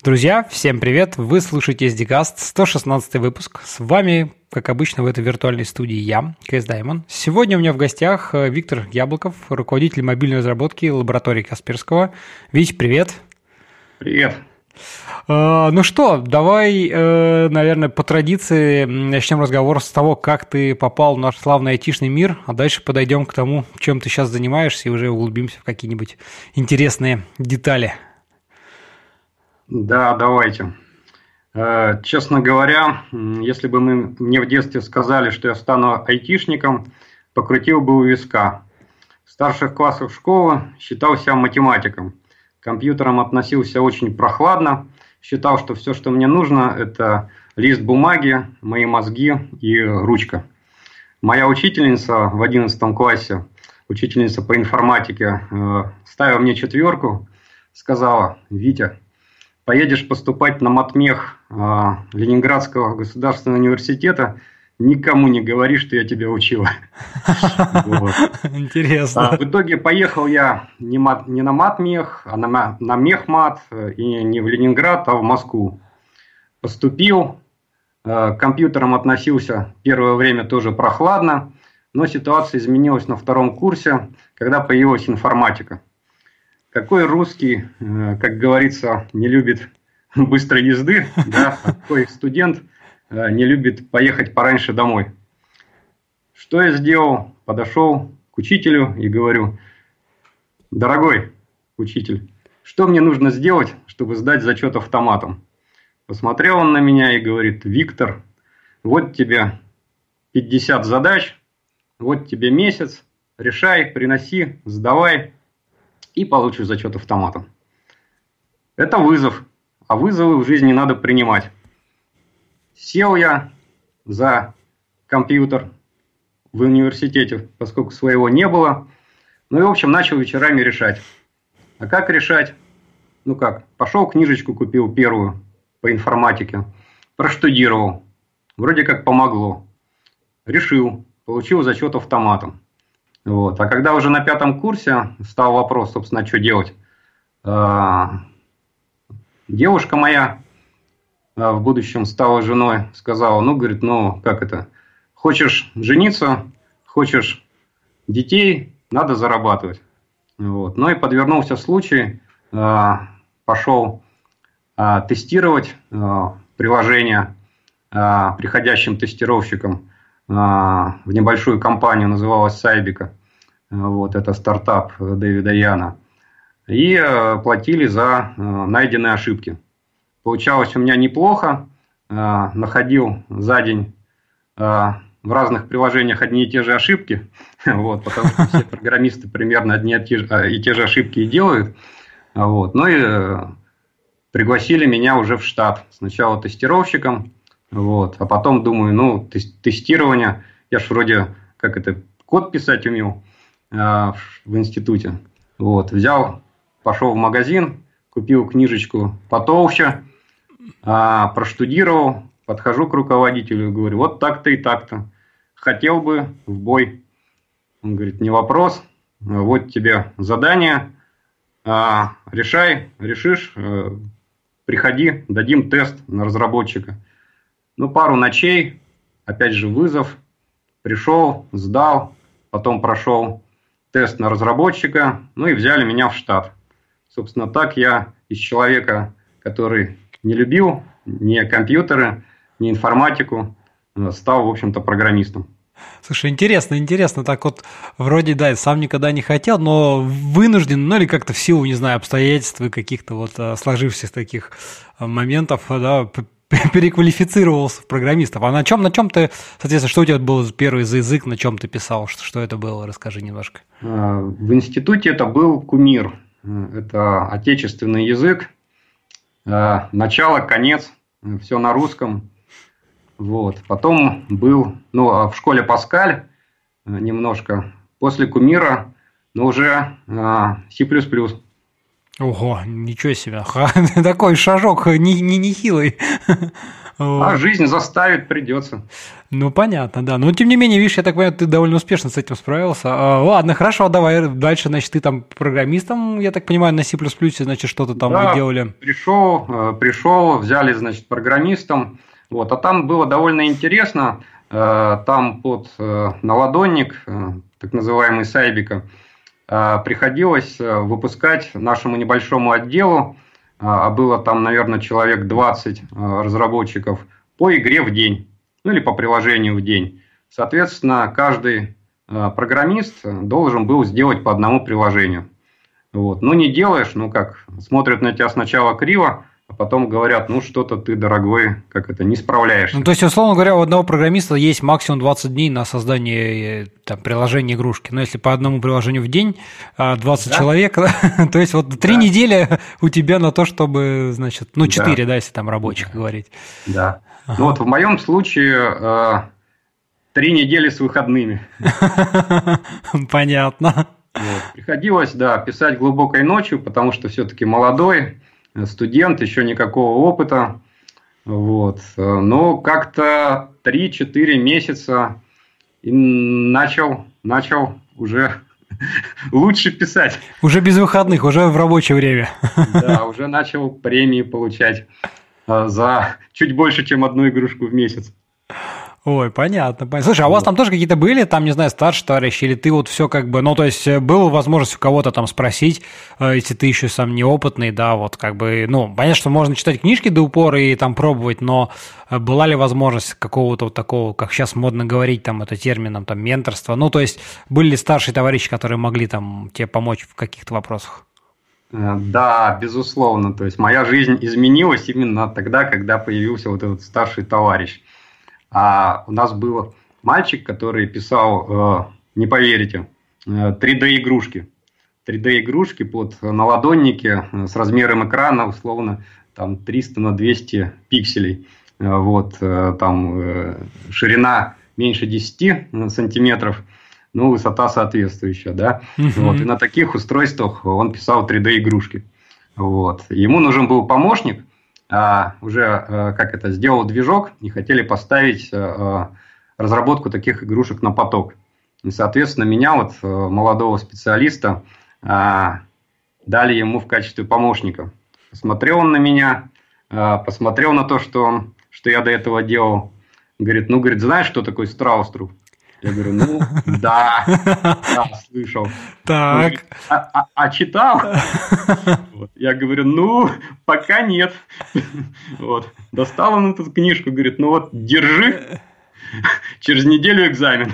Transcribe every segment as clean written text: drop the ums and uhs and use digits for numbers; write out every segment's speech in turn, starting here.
Друзья, всем привет! Вы слушаете SDCast, 116 выпуск. С вами, как обычно, в этой виртуальной студии я, CS Diamond. Сегодня у меня в гостях Виктор Яблоков, руководитель мобильной разработки лаборатории Касперского. Вить, привет! Привет! Ну что, давай, наверное, по традиции начнем разговор с того, как ты попал в наш славный айтишный мир, а дальше подойдем к тому, чем ты сейчас занимаешься, и уже углубимся в какие-нибудь интересные детали. Да, давайте. Честно говоря, если бы мне в детстве сказали, что я стану айтишником, покрутил бы у виска. В старших классах школы считал себя математиком. К компьютерам относился очень прохладно. Считал, что все, что мне нужно, это лист бумаги, мои мозги и ручка. Моя учительница в 11 классе, учительница по информатике, ставила мне 4, сказала: «Витя, поедешь поступать на матмех Ленинградского государственного университета, никому не говори, что я тебя учила». Интересно. В итоге поехал я не на матмех, а на мехмат, и не в Ленинград, а в Москву. Поступил, к компьютерам относился первое время тоже прохладно, но ситуация изменилась на 2 курсе, когда появилась информатика. Какой русский, как говорится, не любит быстрой езды, да? Какой студент не любит поехать пораньше домой? Что я сделал? Подошел к учителю и говорю: «Дорогой учитель, что мне нужно сделать, чтобы сдать зачет автоматом?» Посмотрел он на меня и говорит: «Виктор, вот тебе 50 задач, вот тебе месяц, решай, приноси, сдавай, и получишь зачет автоматом». Это вызов, а вызовы в жизни надо принимать. Сел я за компьютер в университете, поскольку своего не было. Ну и, в общем, начал вечерами решать. А как решать? Ну как, пошел книжечку купил первую по информатике, проштудировал, вроде как помогло. Решил, получил зачет автоматом. Вот. А когда уже на 5 курсе стал вопрос, собственно, что делать, девушка моя, в будущем стала женой, сказала: «Ну, говорит, ну, как это, хочешь жениться, хочешь детей, надо зарабатывать». Вот. Ну и подвернулся случай, пошел тестировать приложение приходящим тестировщикам в небольшую компанию, называлась Сайбика. Вот, это стартап Дэвида Яна. И платили за найденные ошибки. Получалось у меня неплохо. Находил за день в разных приложениях одни и те же ошибки. Вот, потому что все программисты примерно одни и те же ошибки и делают. Вот. Ну и пригласили меня уже в штат. Сначала тестировщиком. Вот. А потом думаю, ну, тестирование, я ж вроде, как это, код писать умел в институте. Вот. Взял, пошел в магазин, купил книжечку потолще, проштудировал, подхожу к руководителю и говорю: вот так-то и так-то. Хотел бы в бой. Он говорит: не вопрос, вот тебе задание, решай, решишь, приходи, дадим тест на разработчика. Ну, пару ночей, опять же вызов, пришел, сдал, потом прошел тест на разработчика, ну и взяли меня в штат. Собственно, так я из человека, который не любил ни компьютеры, ни информатику, стал, в общем-то, программистом. Слушай, интересно, так вот, вроде, да, сам никогда не хотел, но вынужден, ну или как-то в силу, не знаю, обстоятельств и каких-то вот сложившихся таких моментов, да, переквалифицировался в программистов. А на чем ты, соответственно, что у тебя был первый за язык, на чем ты писал, что это было, расскажи немножко. В институте это был Кумир, это отечественный язык, начало, конец, все на русском. Вот. Потом был, в школе Паскаль немножко, после Кумира, но уже C++. Ого, ничего себе, такой шажок нехилый. А жизнь заставит, придется. Ну, понятно, да. Но, тем не менее, видишь, я так понимаю, ты довольно успешно с этим справился. Ладно, хорошо, давай дальше, значит, ты там программистом, я так понимаю, на C++, значит, что-то там вы делали. Пришел, взяли, значит, программистом, вот, а там было довольно интересно, там под наладонник, так называемый Сайбика, приходилось выпускать нашему небольшому отделу, а было там, наверное, человек 20 разработчиков, по игре в день, ну или по приложению в день. Соответственно, каждый программист должен был сделать по одному приложению. Вот. Ну, не делаешь, ну как, смотрят на тебя сначала криво, а потом говорят, ну что-то ты, дорогой, как это, не справляешься. Ну, то есть, условно говоря, у одного программиста есть максимум 20 дней на создание там, приложения игрушки. Но если по одному приложению в день 20 человек, то есть вот 3 недели у тебя на то, чтобы, значит, ну 4, да, если там рабочих говорить. Да. Ну вот в моем случае 3 недели с выходными. Понятно. Вот. Приходилось, да, писать глубокой ночью, потому что все-таки молодой студент, еще никакого опыта. Вот. Но как-то 3-4 месяца и начал уже лучше писать. Уже без выходных, уже в рабочее время. Да, уже начал премии получать за чуть больше, чем одну игрушку в месяц. Ой, понятно. Слушай, а у вас там тоже какие-то были, там, не знаю, старшие товарищи, или ты вот все как бы, ну, то есть, была возможность у кого-то там спросить, если ты еще сам неопытный, да, вот как бы, ну, понятно, что можно читать книжки до упора и там пробовать, но была ли возможность какого-то вот такого, как сейчас модно говорить, там, это термином, там, менторства, ну, то есть, были ли старшие товарищи, которые могли там тебе помочь в каких-то вопросах? Да, безусловно, то есть, моя жизнь изменилась именно тогда, когда появился вот этот старший товарищ. А у нас был мальчик, который писал, не поверите, 3D-игрушки. 3D-игрушки под наладонники с размером экрана, условно, там 300 на 200 пикселей. Вот, там ширина меньше 10 сантиметров, ну, высота соответствующая, да. Вот, и на таких устройствах он писал 3D-игрушки. Вот. Ему нужен был помощник. Уже сделал движок и хотели поставить разработку таких игрушек на поток. И, соответственно, меня, вот молодого специалиста, дали ему в качестве помощника. Посмотрел он на меня, посмотрел на то, что я до этого делал. Говорит, знаешь, что такое страуструп? Я говорю, ну, да, слышал. Так. Говорит, а читал? Вот. Я говорю, ну, пока нет. Вот. Достал он эту книжку, говорит, ну вот, держи, через неделю экзамен.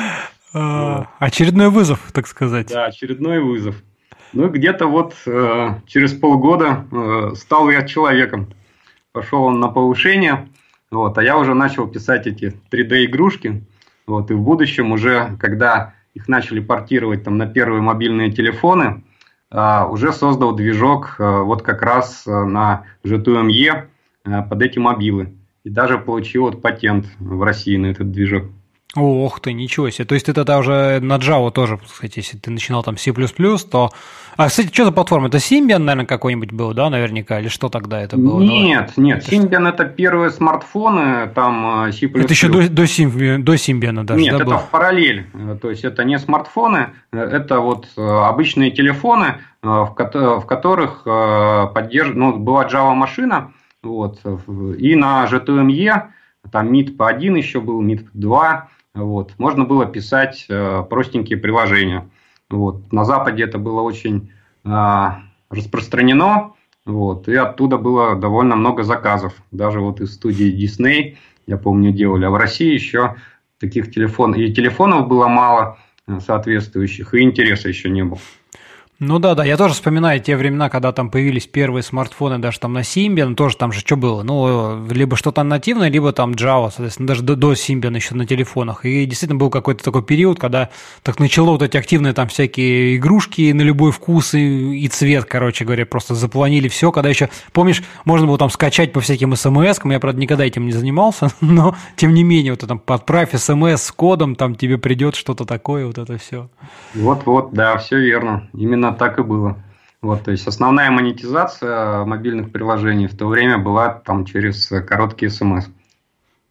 Очередной вызов, так сказать. Да, очередной вызов. Ну, где-то вот через полгода стал я человеком. Пошел он на повышение, вот, а я уже начал писать эти 3D-игрушки. Вот, и в будущем уже, когда их начали портировать там, на первые мобильные телефоны, уже создал движок вот как раз на J2ME под эти мобилы. И даже получил вот патент в России на этот движок. Ох ты, ничего себе. То есть ты тогда уже на Java тоже, кстати, если ты начинал там C++, то... А, кстати, что за платформа? Это Symbian, наверное, какой-нибудь был, да, наверняка? Или что тогда это было? Нет. Symbian – это первые смартфоны, там C++. Это еще до Symbian даже, нет, да, это был? в параллель. То есть, это не смартфоны, это вот обычные телефоны, в которых была Java-машина, вот, и на J2ME, там MIT-1 еще был, MIT-2, вот, можно было писать простенькие приложения. Вот. На Западе это было очень распространено, вот, и оттуда было довольно много заказов. Даже вот из студии Disney, я помню, делали. А в России еще таких телефонов было мало соответствующих, и интереса еще не было. Ну да, я тоже вспоминаю те времена, когда там появились первые смартфоны, даже там на Symbian, тоже там же что было? Ну, либо что-то нативное, либо там Java, соответственно, даже до Symbian еще на телефонах. И действительно был какой-то такой период, когда так начало вот эти активные там всякие игрушки на любой вкус и цвет, короче говоря, просто заполонили все. Когда еще, помнишь, можно было там скачать по всяким смс-кам, я, правда, никогда этим не занимался, но тем не менее, вот там подправь смс с кодом, там тебе придет что-то такое, вот это все. Вот, да, все верно. Именно так и было. Вот, то есть основная монетизация мобильных приложений в то время была там через короткие смс.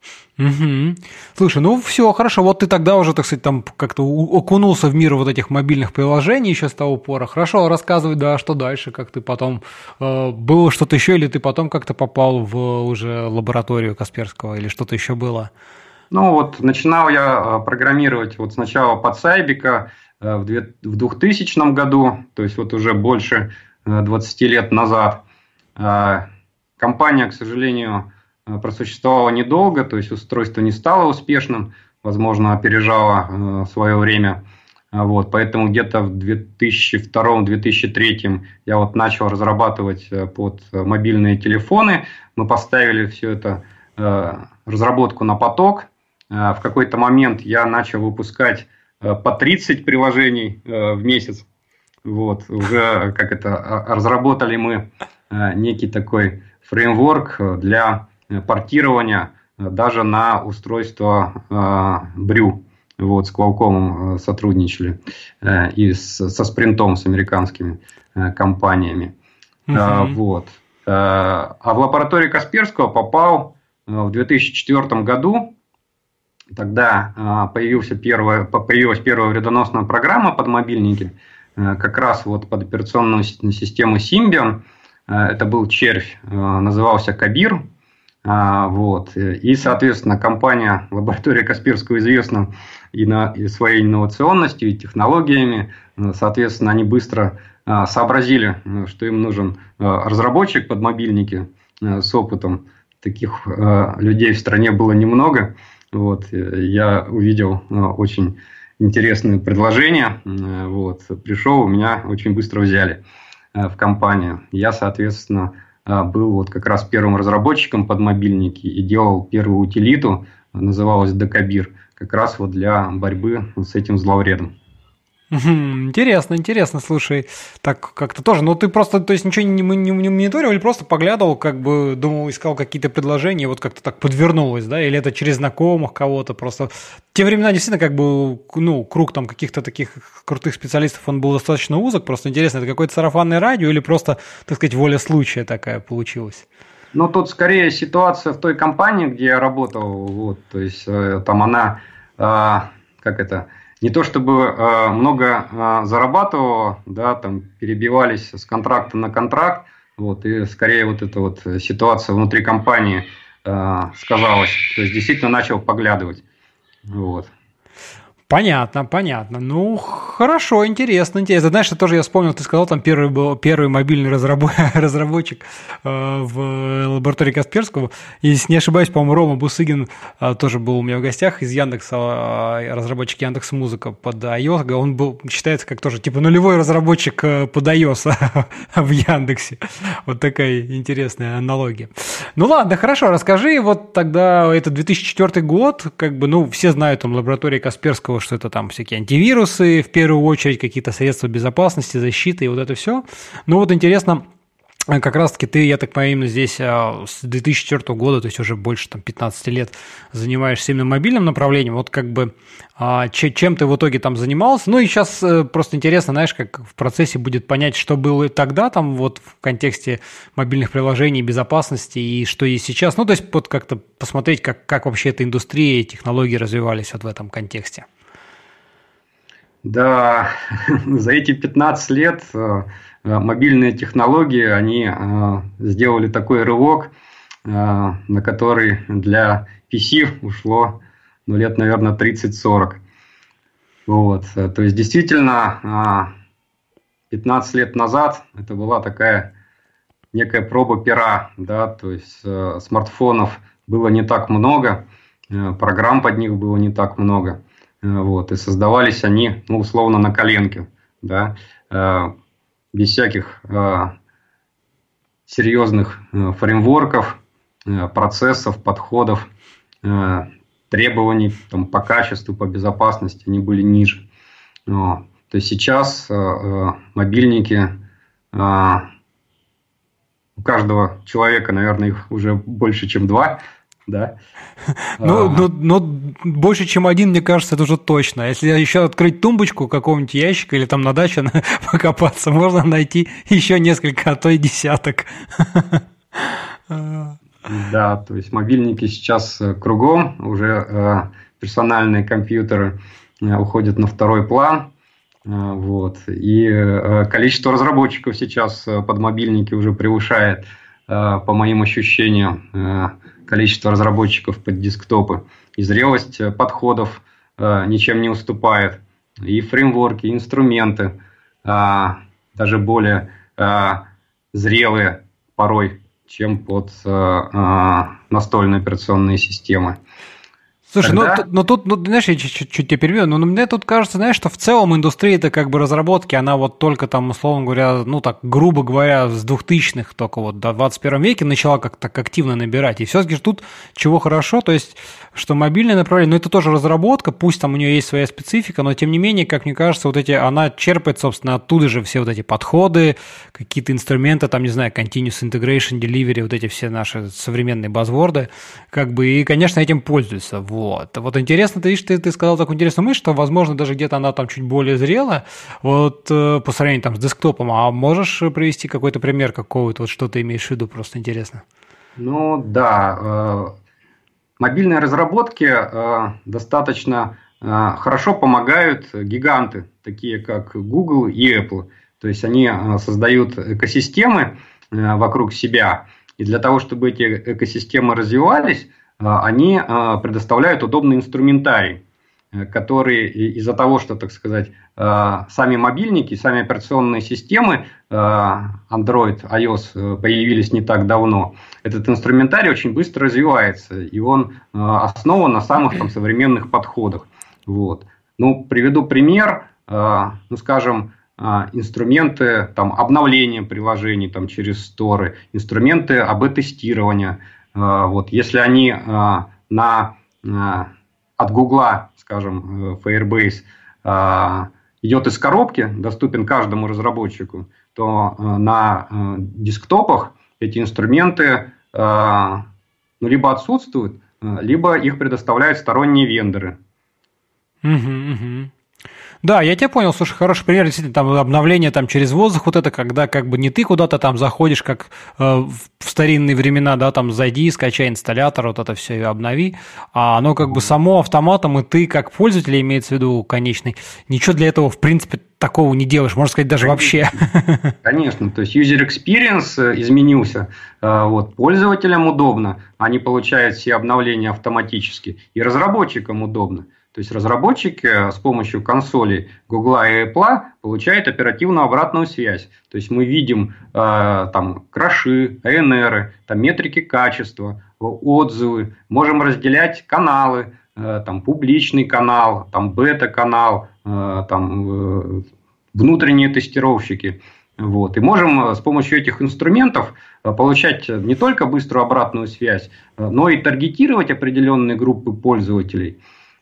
Угу. Слушай, ну все, хорошо, вот ты тогда уже, так сказать, там как-то окунулся в мир вот этих мобильных приложений еще с того пора. Хорошо, рассказывай, да, что дальше, как ты потом, было что-то еще, или ты потом как-то попал в уже лабораторию Касперского, или что-то еще было? Ну вот, начинал я программировать вот сначала под Сайбика в 2000 году, то есть вот уже больше 20 лет назад. Компания, к сожалению, просуществовала недолго, то есть устройство не стало успешным, возможно, опережало свое время. Вот, поэтому где-то в 2002-2003 я вот начал разрабатывать под мобильные телефоны. Мы поставили все это разработку на поток. В какой-то момент я начал выпускать по 30 приложений в месяц. Вот, уже разработали мы некий такой фреймворк для портирования даже на устройство Брю. Вот, с Qualcomm сотрудничали и со Спринтом, с американскими компаниями. Вот. А в лабораторию Касперского попал в 2004 году. Тогда появилась первая вредоносная программа под мобильники, как раз вот под операционную систему Symbian. Это был червь, назывался Кабир. Вот. И, соответственно, компания лаборатория Касперского известна и своей инновационностью, и технологиями. Соответственно, они быстро сообразили, что им нужен разработчик под мобильники с опытом. Таких людей в стране было немного. Вот. Я увидел очень интересные предложения. Вот. Пришел, меня очень быстро взяли в компанию. Я, соответственно, был вот как раз первым разработчиком под мобильники и делал первую утилиту, называлась Докабир, как раз вот для борьбы с этим зловредом. Интересно, интересно, слушай, так как-то тоже, ну ты просто, то есть ничего не мониторил или просто поглядывал, как бы думал, искал какие-то предложения, вот как-то так подвернулось, да, или это через знакомых кого-то, просто в те времена действительно как бы, ну, круг там каких-то таких крутых специалистов, он был достаточно узок, просто интересно, это какое-то сарафанное радио или просто, так сказать, воля случая такая получилась? Ну, тут скорее ситуация в той компании, где я работал, вот, то есть там она, не то чтобы много зарабатывала, да, там перебивались с контракта на контракт, вот, и скорее вот эта вот ситуация внутри компании сказалась, то есть действительно начал поглядывать, вот. Понятно, понятно. Ну, хорошо, интересно, интересно. Знаешь, это тоже я вспомнил, ты сказал, там первый мобильный разработчик в лаборатории Касперского. Если не ошибаюсь, по-моему, Рома Бусыгин тоже был у меня в гостях из Яндекса, разработчик Яндекс.Музыка под iOS. Он был, считается, как тоже типа нулевой разработчик под iOS в Яндексе. Вот такая интересная аналогия. Ну ладно, хорошо, расскажи, вот тогда это 2004 год, как бы, ну, все знают там лаборатории Касперского, что это там всякие антивирусы, в первую очередь какие-то средства безопасности, защиты и вот это все. Ну вот интересно, как раз-таки ты, я так понимаю, именно здесь с 2004 года, то есть уже больше там 15 лет занимаешься именно мобильным направлением. Вот как бы чем ты в итоге там занимался? Ну и сейчас просто интересно, знаешь, как в процессе будет понять, что было тогда там вот в контексте мобильных приложений, безопасности и что есть сейчас. Ну то есть вот как-то посмотреть, как вообще эта индустрия и технологии развивались вот в этом контексте. Да, за эти 15 лет мобильные технологии, они сделали такой рывок, на который для PC ушло лет, наверное, 30-40. Вот. То есть, действительно, 15 лет назад это была такая некая проба пера, да, то есть смартфонов было не так много, программ под них было не так много. Вот, и создавались они, ну, условно, на коленке, да, без всяких серьезных фреймворков, процессов, подходов, требований там, по качеству, по безопасности, они были ниже. То есть сейчас мобильники, у каждого человека, наверное, их уже больше, чем 2. Да. Но больше, чем один, мне кажется, это уже точно. Если еще открыть тумбочку какого-нибудь ящика или там на даче покопаться, можно найти еще несколько, а то и десяток. Да, то есть мобильники сейчас кругом, уже персональные компьютеры уходят на второй план. Вот. И количество разработчиков сейчас под мобильники уже превышает, по моим ощущениям, количество разработчиков под десктопы. И зрелость подходов ничем не уступает. И фреймворки, и инструменты даже более зрелые порой, чем под настольные операционные системы. Слушай, тут, знаешь, я чуть-чуть тебя перебью, но мне тут кажется, знаешь, что в целом индустрия-то как бы разработки, она вот только там, условно говоря, ну так, грубо говоря, с 2000-х только вот до 21 веке начала как-то так активно набирать. И все-таки тут чего хорошо, то есть, что мобильное направление, ну это тоже разработка, пусть там у нее есть своя специфика, но тем не менее, как мне кажется, вот эти, она черпает, собственно, оттуда же все вот эти подходы, какие-то инструменты, там, не знаю, Continuous Integration, Delivery, вот эти все наши современные базворды, как бы, и, конечно, этим пользуются, Вот интересно, ты видишь, ты сказал такую интересную мысль, что, возможно, даже где-то она там чуть более зрела, вот по сравнению там с десктопом. А можешь привести какой-то пример какого-то, вот что ты имеешь в виду, просто интересно? Ну да, мобильные разработки достаточно хорошо помогают гиганты, такие как Google и Apple. То есть они создают экосистемы вокруг себя, и для того, чтобы эти экосистемы развивались, они предоставляют удобный инструментарий, который из-за того, что, так сказать, сами мобильники, сами операционные системы Android, iOS появились не так давно, этот инструментарий очень быстро развивается, и он основан на самых там современных подходах. Вот. Ну, приведу пример, ну, скажем, инструменты там, обновления приложений там, через сторы, инструменты АБ-тестирования. Вот, если они от Гугла, скажем, Firebase, идет из коробки, доступен каждому разработчику, то на десктопах эти инструменты либо отсутствуют, либо их предоставляют сторонние вендоры. Да, я тебя понял, слушай, хороший пример, действительно, там обновление там через воздух, вот это, когда как бы не ты куда-то там заходишь, как в старинные времена, да, там зайди, скачай инсталлятор, вот это все и обнови, а оно как бы само автоматом, и ты как пользователь, имеется в виду конечный, ничего для этого, в принципе, такого не делаешь, можно сказать, даже вообще. Конечно, то есть user experience изменился, вот, пользователям удобно, они получают все обновления автоматически, и разработчикам удобно. То есть разработчики с помощью консолей Google и Apple получают оперативную обратную связь. То есть мы видим там краши, АНР, там метрики качества, отзывы, можем разделять каналы, там публичный канал, там бета-канал, там внутренние тестировщики. Вот. И можем с помощью этих инструментов получать не только быструю обратную связь, но и таргетировать определенные группы пользователей.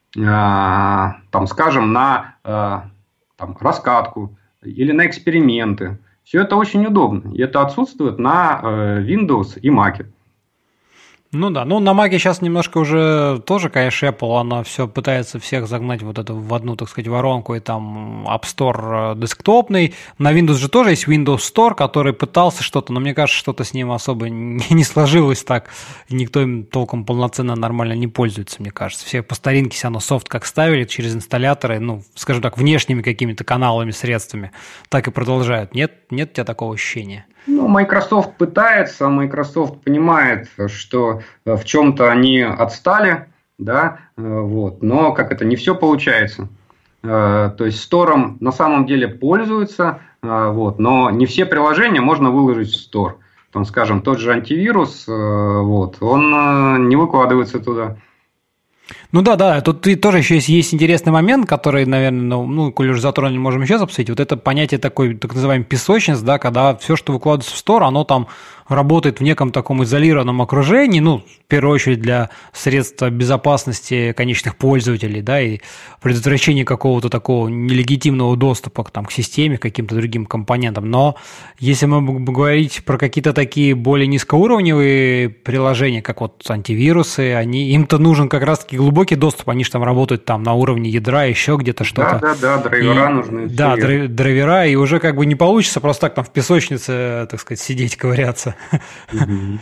Там, скажем, на там, раскатку или на эксперименты. Все это очень удобно. И это отсутствует на Windows и Mac. Ну да, ну на Mac сейчас немножко уже тоже, конечно, Apple, она все пытается всех загнать вот это в одну, так сказать, воронку, и там App Store десктопный. На Windows же тоже есть Windows Store, который пытался что-то, но мне кажется, что-то с ним особо не сложилось так. Никто им толком полноценно нормально не пользуется, мне кажется. Все по старинке все равно софт как ставили через инсталляторы, ну, скажем так, внешними какими-то каналами, средствами, так и продолжают. Нет у тебя такого ощущения? Ну, Microsoft пытается, Microsoft понимает, что в чем-то они отстали, да, вот, но как это, не все получается. То есть Store на самом деле пользуются, вот, но не все приложения можно выложить в Store. Там, скажем, тот же антивирус, вот, он не выкладывается туда. Ну да, тут тоже еще есть интересный момент, который, наверное, ну, коль уже затронули, можем сейчас обсудить. Вот это понятие такой, так называемый песочниц, да, когда все, что выкладывается в Store, оно там работает в неком таком изолированном окружении, ну, в первую очередь для средств безопасности конечных пользователей, да, и предотвращения какого-то такого нелегитимного доступа там, к системе, к каким-то другим компонентам. Но если мы будем говорить про какие-то такие более низкоуровневые приложения, как вот антивирусы, им-то нужен как раз-таки глубокий доступ, они же там работают там на уровне ядра, еще где-то что-то. Да, драйвера нужны. Да, драйвера, и уже как бы не получится просто так там в песочнице, так сказать, сидеть, ковыряться.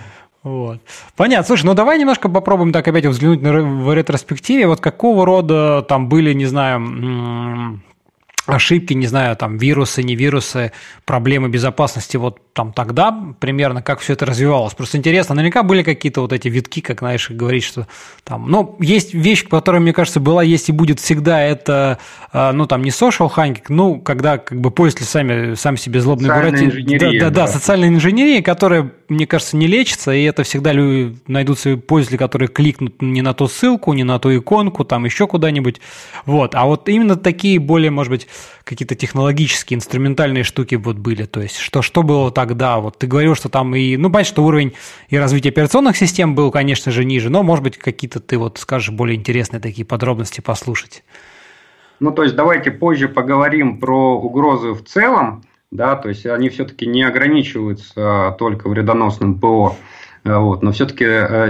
Вот. Понятно. Слушай, ну давай немножко попробуем так опять взглянуть в ретроспективе. Вот какого рода там были, не знаю, ошибки, не знаю, там вирусы, не вирусы, проблемы безопасности вот там тогда примерно, как все это развивалось. Просто интересно, наверняка были какие-то вот эти витки, как, знаешь, говорить, что там, ну, есть вещь, которая, мне кажется, была, есть и будет всегда, это, ну, там, не social hacking, ну, когда как бы пользователи сам себе злобный буратино. Да, социальная инженерия, которая, мне кажется, не лечится, и это всегда найдутся пользователи, которые кликнут не на ту ссылку, не на ту иконку, там еще куда-нибудь, вот. А вот именно такие более, может быть, какие-то технологические, инструментальные штуки вот были, то есть что было тогда, вот ты говорил, что там и, ну, понятно, что уровень и развития операционных систем был, конечно же, ниже, но, может быть, какие-то ты вот скажешь более интересные такие подробности послушать. Ну, то есть давайте позже поговорим про угрозы в целом, да, то есть они все-таки не ограничиваются только вредоносным ПО, вот, но все-таки,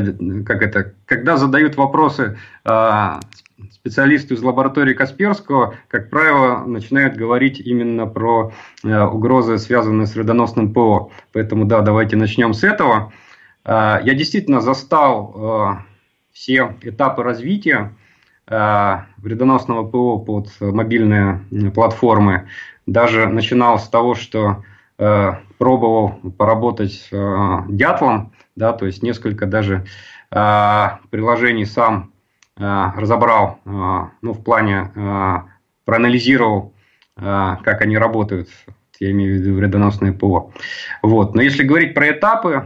когда задают вопросы специалисты из лаборатории Касперского, как правило, начинают говорить именно про угрозы, связанные с вредоносным ПО. Поэтому, да, давайте начнем с этого. Я действительно застал все этапы развития вредоносного ПО под мобильные платформы. Даже начинал с того, что пробовал поработать дятлом, да, то есть несколько даже приложений сам разобрал, ну, в плане проанализировал, как они работают, я имею в виду вредоносные ПО. Вот. Но если говорить про этапы,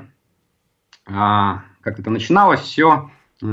как это начиналось, все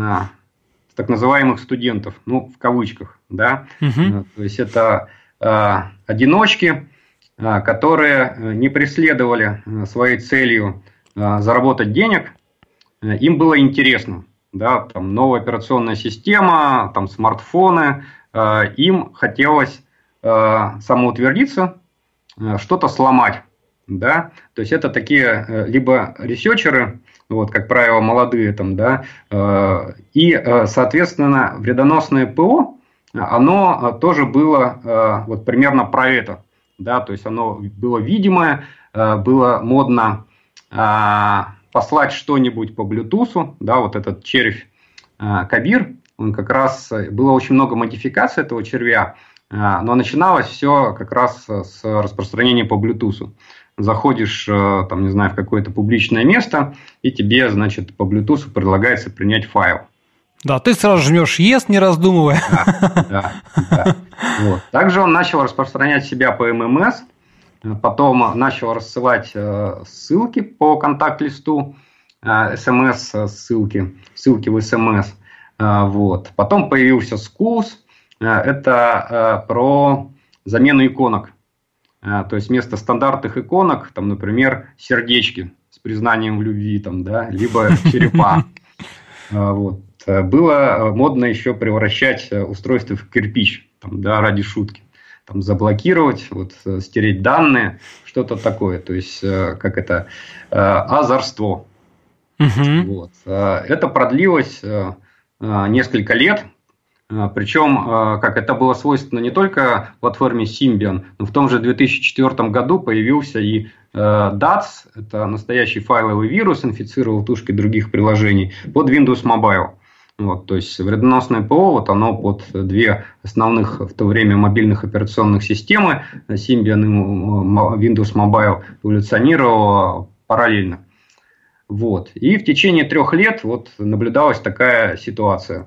с так называемых студентов, ну, в кавычках, да, то есть это одиночки, которые не преследовали своей целью заработать денег, им было интересно. Да, там новая операционная система, там смартфоны, им хотелось самоутвердиться, что-то сломать, да, то есть это такие либо ресерчеры, вот, как правило, молодые там, да, и, соответственно, вредоносное ПО, оно тоже было вот примерно про это, да, то есть оно было видимое, было модно послать что-нибудь по Bluetooth, да, вот этот червь Кабир, он как раз, было очень много модификаций этого червя, но начиналось все как раз с распространения по Bluetooth. Заходишь, там, не знаю, в какое-то публичное место, и тебе, значит, по Bluetooth предлагается принять файл. Да, ты сразу жмешь «Yes», не раздумывая. Да. Вот. Также он начал распространять себя по ММС, потом начал рассылать ссылки по контакт-листу, СМС-ссылки, ссылки в СМС. Вот. Потом появился SCUS, это про замену иконок. То есть вместо стандартных иконок, там, например, сердечки с признанием в любви, там, да, либо черепа. Вот. Было модно еще превращать устройство в кирпич, там, да, ради шутки. Там, заблокировать, вот, стереть данные, что-то такое. То есть, как это, озорство. Вот. Это продлилось несколько лет. Причем, как это было свойственно не только платформе Symbian, но в том же 2004 году появился и DATS, это настоящий файловый вирус, инфицировал тушки других приложений, под Windows Mobile. Вот, то есть вредоносное ПО, вот оно под две основных в то время мобильных операционных системы, Symbian и Windows Mobile, эволюционировало параллельно. Вот. И в течение 3 лет вот наблюдалась такая ситуация.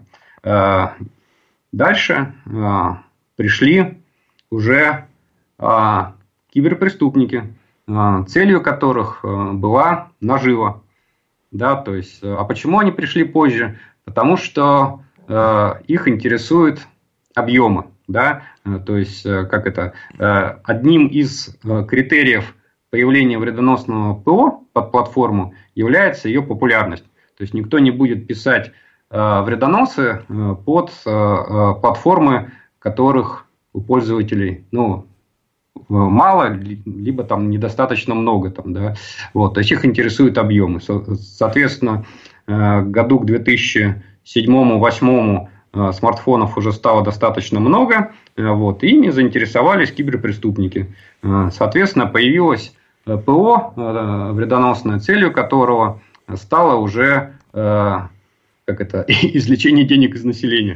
Дальше пришли уже киберпреступники, целью которых была нажива. Да, то есть, а почему они пришли позже? Потому что их интересуют объемы. Да? То есть, как это, одним из критериев появления вредоносного ПО под платформу является ее популярность. То есть, никто не будет писать вредоносы под платформы, которых у пользователей, ну, мало, либо там недостаточно много. Там, да? Вот, то есть их интересуют объемы. Соответственно, году к 2007-2008 смартфонов уже стало достаточно много, вот, и ими заинтересовались киберпреступники. Соответственно, появилось ПО, вредоносной целью которого стало уже извлечение денег из населения.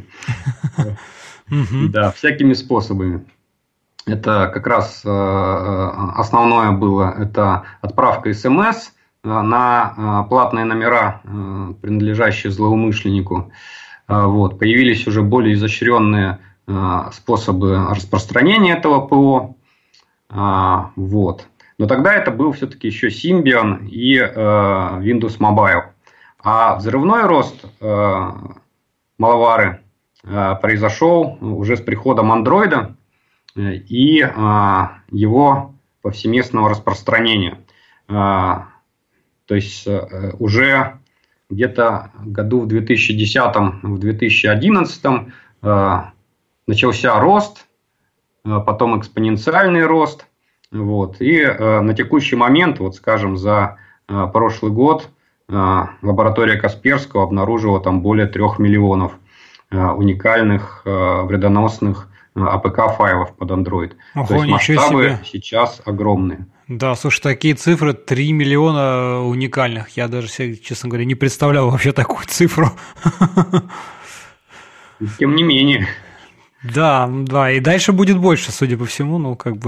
Да, всякими способами. Это как раз основное было, это отправка СМС на платные номера, принадлежащие злоумышленнику. Вот. Появились уже более изощренные способы распространения этого ПО. Вот. Но тогда это был все-таки еще Symbian и Windows Mobile. А взрывной рост малвары произошел уже с приходом Android и его повсеместного распространения. То есть уже где-то году в 2010-2011 начался рост, потом экспоненциальный рост. Вот. И на текущий момент, вот скажем, за прошлый год лаборатория Касперского обнаружила там более 3 миллионов уникальных вредоносных АПК-файлов под Android. Ого, то есть масштабы сейчас огромные. Да, слушай, такие цифры, 3 миллиона уникальных. Я даже себе, честно говоря, не представлял вообще такую цифру. Тем не менее. Да, и дальше будет больше, судя по всему,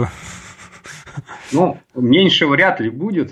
меньше вряд ли будет.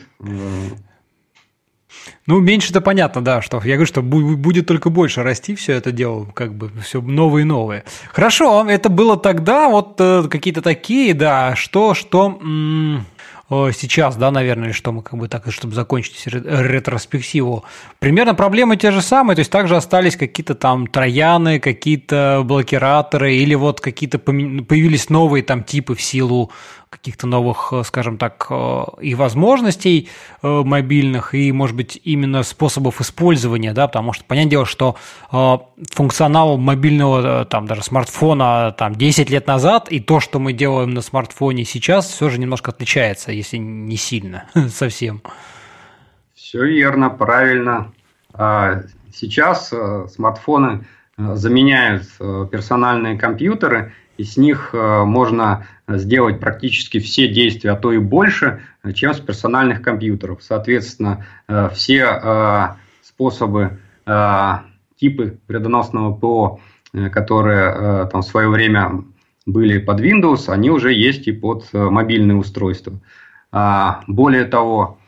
Меньше-то понятно, да, что я говорю, что будет только больше расти все это дело, все новые и новые. Хорошо, это было тогда, вот какие-то такие, да, что сейчас, да, наверное, что мы так, чтобы закончить ретроспективу. Примерно проблемы те же самые, то есть также остались какие-то там трояны, какие-то блокираторы, или вот какие-то появились новые там типы в силу каких-то новых, скажем так, и возможностей мобильных, и, может быть, именно способов использования, да, потому что, понятное дело, что функционал мобильного, там, даже смартфона, там, 10 лет назад, и то, что мы делаем на смартфоне сейчас, все же немножко отличается, если не сильно совсем. Все верно, правильно. Сейчас смартфоны заменяют персональные компьютеры, и с них можно сделать практически все действия, а то и больше, чем с персональных компьютеров. Соответственно, все способы, типы вредоносного ПО, которые там в свое время были под Windows, они уже есть и под мобильные устройства. Более того,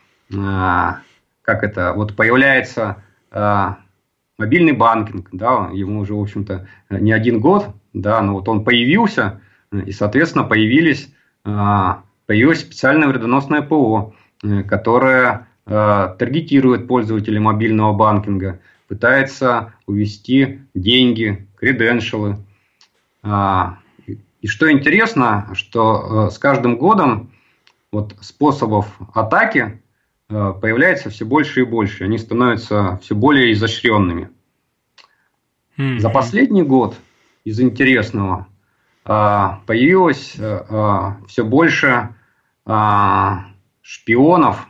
появляется мобильный банкинг, да, ему уже, в общем-то, не 1 год, да, но вот он появился, и, соответственно, появилось специальное вредоносное ПО, которое таргетирует пользователей мобильного банкинга, пытается увести деньги, креденшалы. И что интересно, что с каждым годом вот способов атаки появляется все больше и больше, они становятся все более изощренными. За последний год из интересного появилось все больше шпионов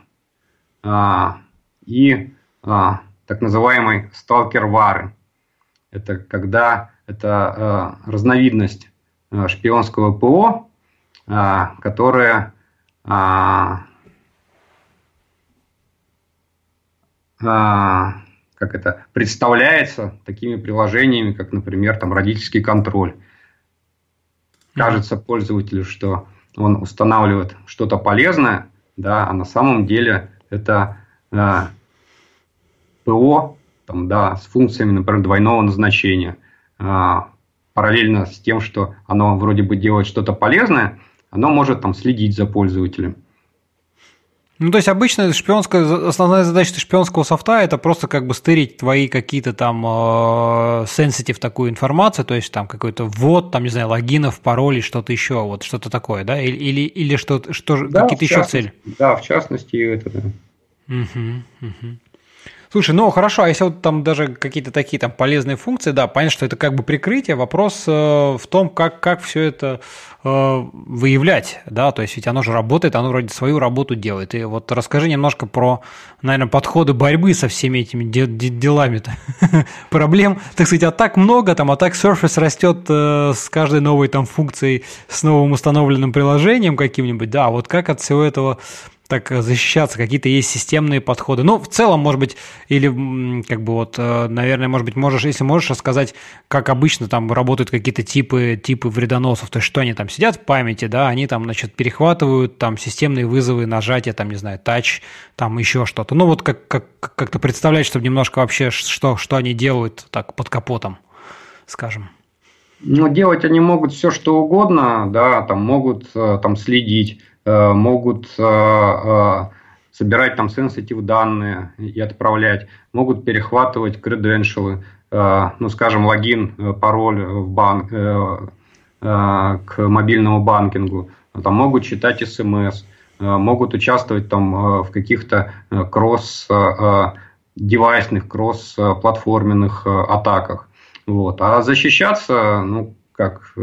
и так называемой сталкер-вары. Это когда это разновидность шпионского ПО, которое представляется такими приложениями, как, например, там, родительский контроль. Кажется пользователю, что он устанавливает что-то полезное, да, а на самом деле это ПО там, да, с функциями, например, двойного назначения. Параллельно с тем, что оно вроде бы делает что-то полезное, оно может там следить за пользователем. То есть обычно основная задача шпионского софта – это просто стырить твои какие-то там sensitive такую информацию, то есть там какой-то ввод, там, не знаю, логинов, паролей, что-то еще, вот что-то такое, да? Или что да, какие-то еще цели? Да, в частности, это да. Слушай, хорошо, а если вот там даже какие-то такие там полезные функции, да, понятно, что это прикрытие, вопрос в том, как все это выявлять, да, то есть ведь оно же работает, оно вроде свою работу делает. И вот расскажи немножко про, наверное, подходы борьбы со всеми этими делами-то. Проблем, так сказать, атак много, там Attack Surface растет с каждой новой там функцией, с новым установленным приложением каким-нибудь, да, вот как от всего этого, так защищаться, какие-то есть системные подходы. Ну, в целом, может быть, или как бы вот, наверное, может быть, если можешь рассказать, как обычно там работают какие-то типы вредоносов, то есть что они там сидят в памяти, да, они там, значит, перехватывают там системные вызовы, нажатия, там, не знаю, тач, там еще что-то. Ну, вот как-то представлять, чтобы немножко вообще, что они делают так под капотом, скажем. Ну, делать они могут все, что угодно, да, там могут там следить, могут собирать там sensitive данные и отправлять, могут перехватывать креденшалы, ну, скажем, логин, пароль в банк, к мобильному банкингу, там могут читать СМС, могут участвовать там в каких-то кросс-девайсных, кросс-платформенных атаках. Вот. А защищаться, ну, как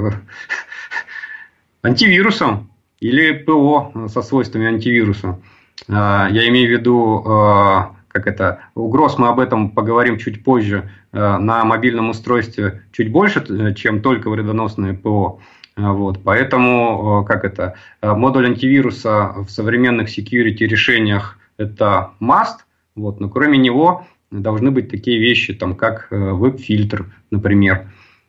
антивирусом или ПО со свойствами антивируса. Я имею в виду, угроз, мы об этом поговорим чуть позже, на мобильном устройстве чуть больше, чем только вредоносное ПО. Вот. Поэтому, модуль антивируса в современных security решениях это must, вот, но кроме него должны быть такие вещи, там, как веб-фильтр, например.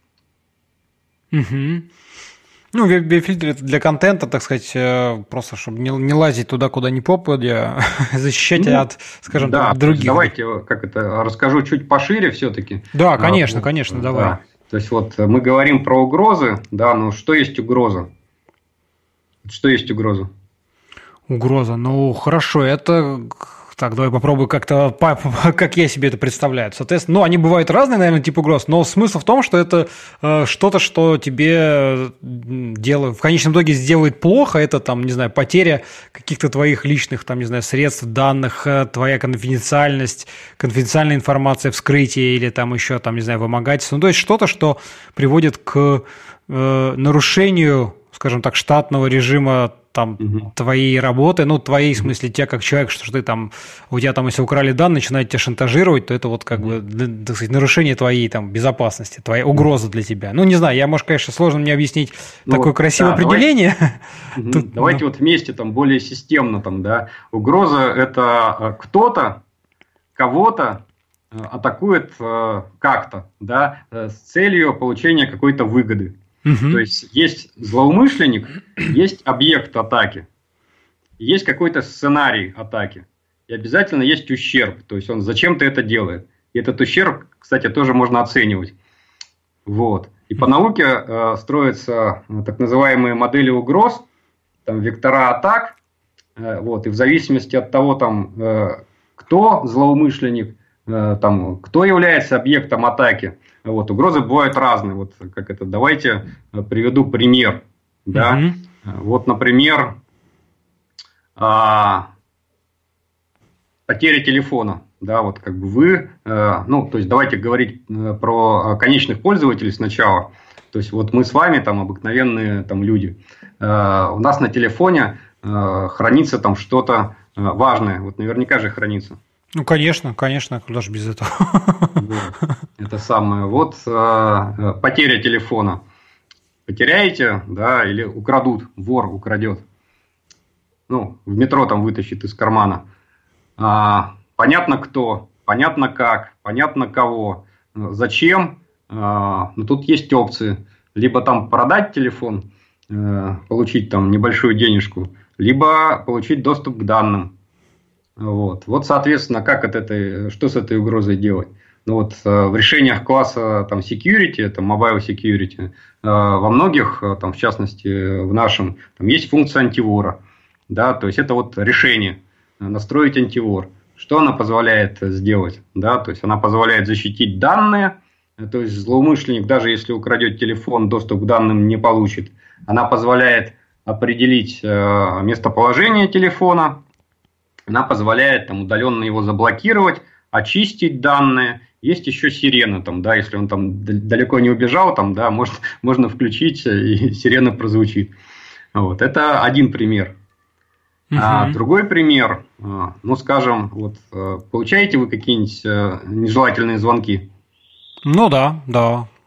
Угу. Ну, веб-фильтр это для контента, так сказать, просто чтобы не лазить туда, куда не попадя, защищать от, скажем так, других. Давайте расскажу чуть пошире все-таки. Да, конечно, конечно, давай. Да. То есть вот мы говорим про угрозы, да, но что есть угроза? Что есть угроза? Угроза, ну хорошо, это... Так, давай попробую как-то, как я себе это представляю. Соответственно, ну, они бывают разные, наверное, типы угроз, но смысл в том, что это что-то, что тебе в конечном итоге сделает плохо, это, там, не знаю, потеря каких-то твоих личных, там, не знаю, средств, данных, твоя конфиденциальная информация, вскрытие или там еще, там, не знаю, вымогательство. Ну, то есть что-то, что приводит к нарушению, скажем так, штатного режима там твоей работы, ну, твоей, в смысле, тебя как человек, что ты там, у тебя там, если украли данные, начинают тебя шантажировать, то это вот как бы, так сказать, нарушение твоей там безопасности, твоя угроза для тебя. Ну, не знаю, может, конечно, сложно мне объяснить такое красивое определение. Давайте вот вместе там более системно там, да. Угроза – это кто-то, кого-то атакует как-то, да, с целью получения какой-то выгоды. То есть злоумышленник, есть объект атаки, есть какой-то сценарий атаки, и обязательно есть ущерб, то есть он зачем-то это делает. И этот ущерб, кстати, тоже можно оценивать. Вот. И по науке строятся так называемые модели угроз, там, вектора атак, вот, и в зависимости от того, там, кто злоумышленник, там, кто является объектом атаки. Вот, угрозы бывают разные. Вот, давайте приведу пример. Да? Вот, например, потеря телефона. Да, вот как бы вы, ну, то есть давайте говорить про конечных пользователей сначала. То есть вот мы с вами там обыкновенные там люди. У нас на телефоне хранится там что-то важное. Вот наверняка же хранится. Ну, конечно, куда же без этого. Вот, это самое. Вот потеря телефона. Потеряете, да, или украдут, вор украдет. Ну, в метро там вытащит из кармана. Понятно кто, понятно как, понятно кого, зачем. Но тут есть опции. Либо там продать телефон, получить там небольшую денежку, либо получить доступ к данным. Вот, соответственно, что с этой угрозой делать? Ну, вот, в решениях класса там, security, это mobile security, во многих, там, в частности, в нашем, там есть функция антивора. Да, то есть это вот решение настроить антивор. Что она позволяет сделать? Да, то есть она позволяет защитить данные, то есть злоумышленник, даже если украдет телефон, доступ к данным не получит. Она позволяет определить местоположение телефона. Она позволяет там, удаленно его заблокировать, очистить данные. Есть еще сирена, там, да, если он там далеко не убежал, там, да, можно включить, и сирена прозвучит. Вот. Это один пример. Другой пример, ну, скажем, вот, получаете вы какие-нибудь нежелательные звонки? Ну да,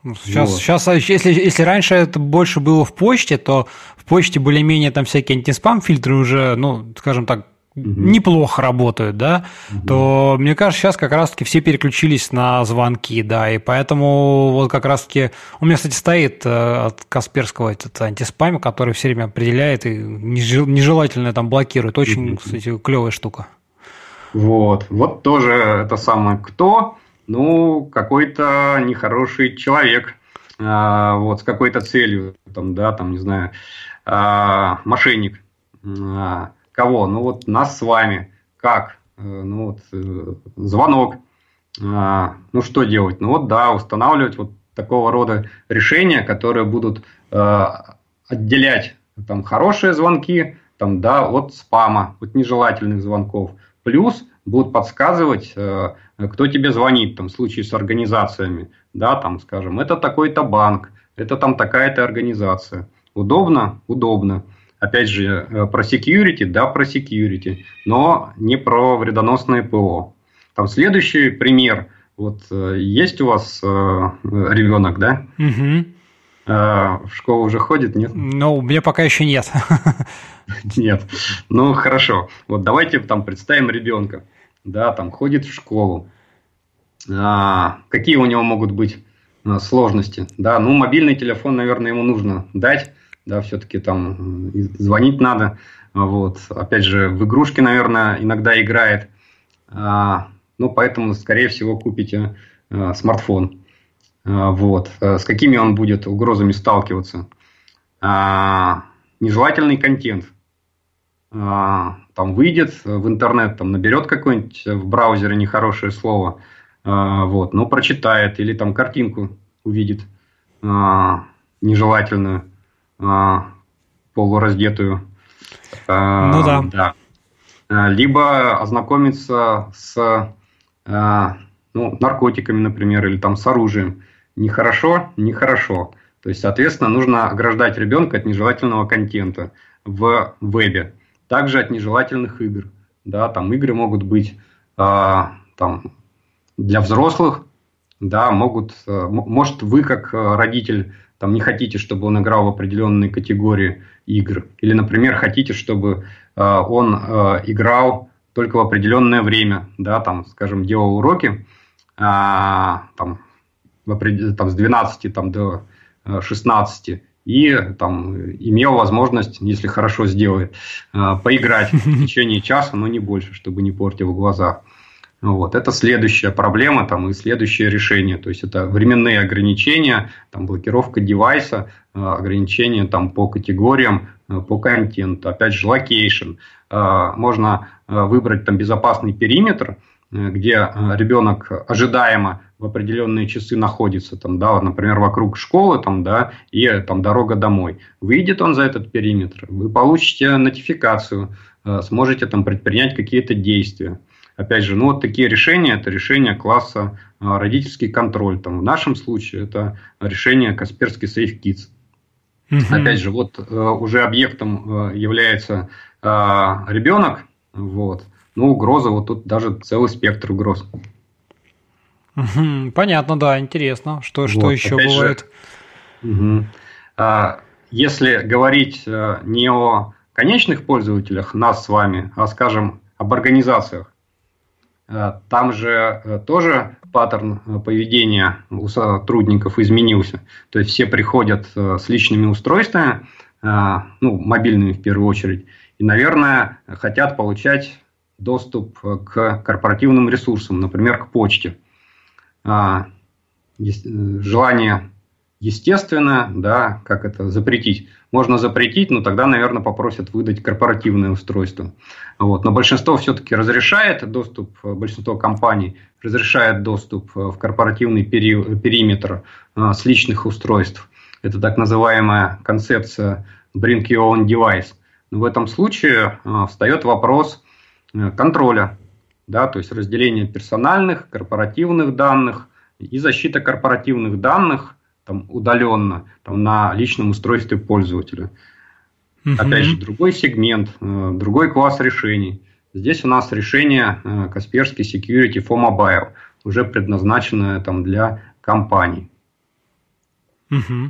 Сейчас, если раньше это больше было в почте, то в почте более-менее там всякие антиспам-фильтры уже, скажем так, неплохо работают, да, то, мне кажется, сейчас как раз-таки все переключились на звонки, да, и поэтому вот как раз-таки у меня, кстати, стоит от Касперского этот антиспам, который все время определяет и нежелательно там блокирует. Очень, кстати, клевая штука. Вот тоже это самое кто? Какой-то нехороший человек, с какой-то целью, не знаю, мошенник. Кого? Нас с вами. Как? Звонок. Что делать? Устанавливать вот такого рода решения, которые будут отделять хорошие звонки от спама, от нежелательных звонков. Плюс будут подсказывать, кто тебе звонит, в случае с организациями. Скажем, это такой-то банк, это такая-то организация. Удобно? Удобно. Опять же, про security, про security, но не про вредоносное ПО. Следующий пример. Есть у вас ребенок, да? Угу. В школу уже ходит, нет? У меня пока еще нет. Нет. Хорошо. Давайте представим ребенка. Ходит в школу. Какие у него могут быть сложности? Мобильный телефон, наверное, ему нужно дать. Все-таки звонить надо. Опять же, в игрушки, наверное, иногда играет. Поэтому, скорее всего, купите смартфон. С какими он будет угрозами сталкиваться? Нежелательный контент. Выйдет в интернет, наберет какое-нибудь в браузере нехорошее слово, прочитает или картинку увидит нежелательную, полураздетую. Да. Либо ознакомиться с наркотиками, например, или с оружием. Нехорошо? Нехорошо. То есть, соответственно, нужно ограждать ребенка от нежелательного контента в вебе. Также от нежелательных игр. Игры могут быть для взрослых. Может, вы, как родитель, не хотите, чтобы он играл в определенные категории игр. Или, например, хотите, чтобы он играл только в определенное время. Скажем, делал уроки с 12 до 16. И имел возможность, если хорошо сделает, поиграть в течение часа, но не больше, чтобы не портил глаза. Это следующая проблема и следующее решение. То есть, это временные ограничения, блокировка девайса, ограничения по категориям, по контенту. Опять же, локейшн. Можно выбрать безопасный периметр, где ребенок ожидаемо в определенные часы находится, например, вокруг школы, и дорога домой. Выйдет он за этот периметр, вы получите нотификацию, сможете предпринять какие-то действия. Опять же, такие решения, это решение класса родительский контроль. В нашем случае это решение Касперский Safe Kids. Опять же, уже объектом является ребенок, угроза, тут даже целый спектр угроз. Понятно, да, интересно. Что еще бывает? Если говорить не о конечных пользователях, нас с вами, а, скажем, об организациях, там же тоже паттерн поведения у сотрудников изменился. То есть, все приходят с личными устройствами, мобильными в первую очередь, и, наверное, хотят получать доступ к корпоративным ресурсам, например, к почте. Желание естественно, как это запретить? Можно запретить, но тогда, наверное, попросят выдать корпоративное устройство. Но большинство все-таки разрешает доступ, большинство компаний разрешает доступ в корпоративный периметр с личных устройств. Это так называемая концепция Bring Your Own Device. Но в этом случае встает вопрос контроля, то есть разделение персональных, корпоративных данных и защита корпоративных данных удаленно на личном устройстве пользователя. Опять же, другой сегмент, другой класс решений. Здесь у нас решение Kaspersky Security for Mobile, уже предназначенное для компаний. Угу.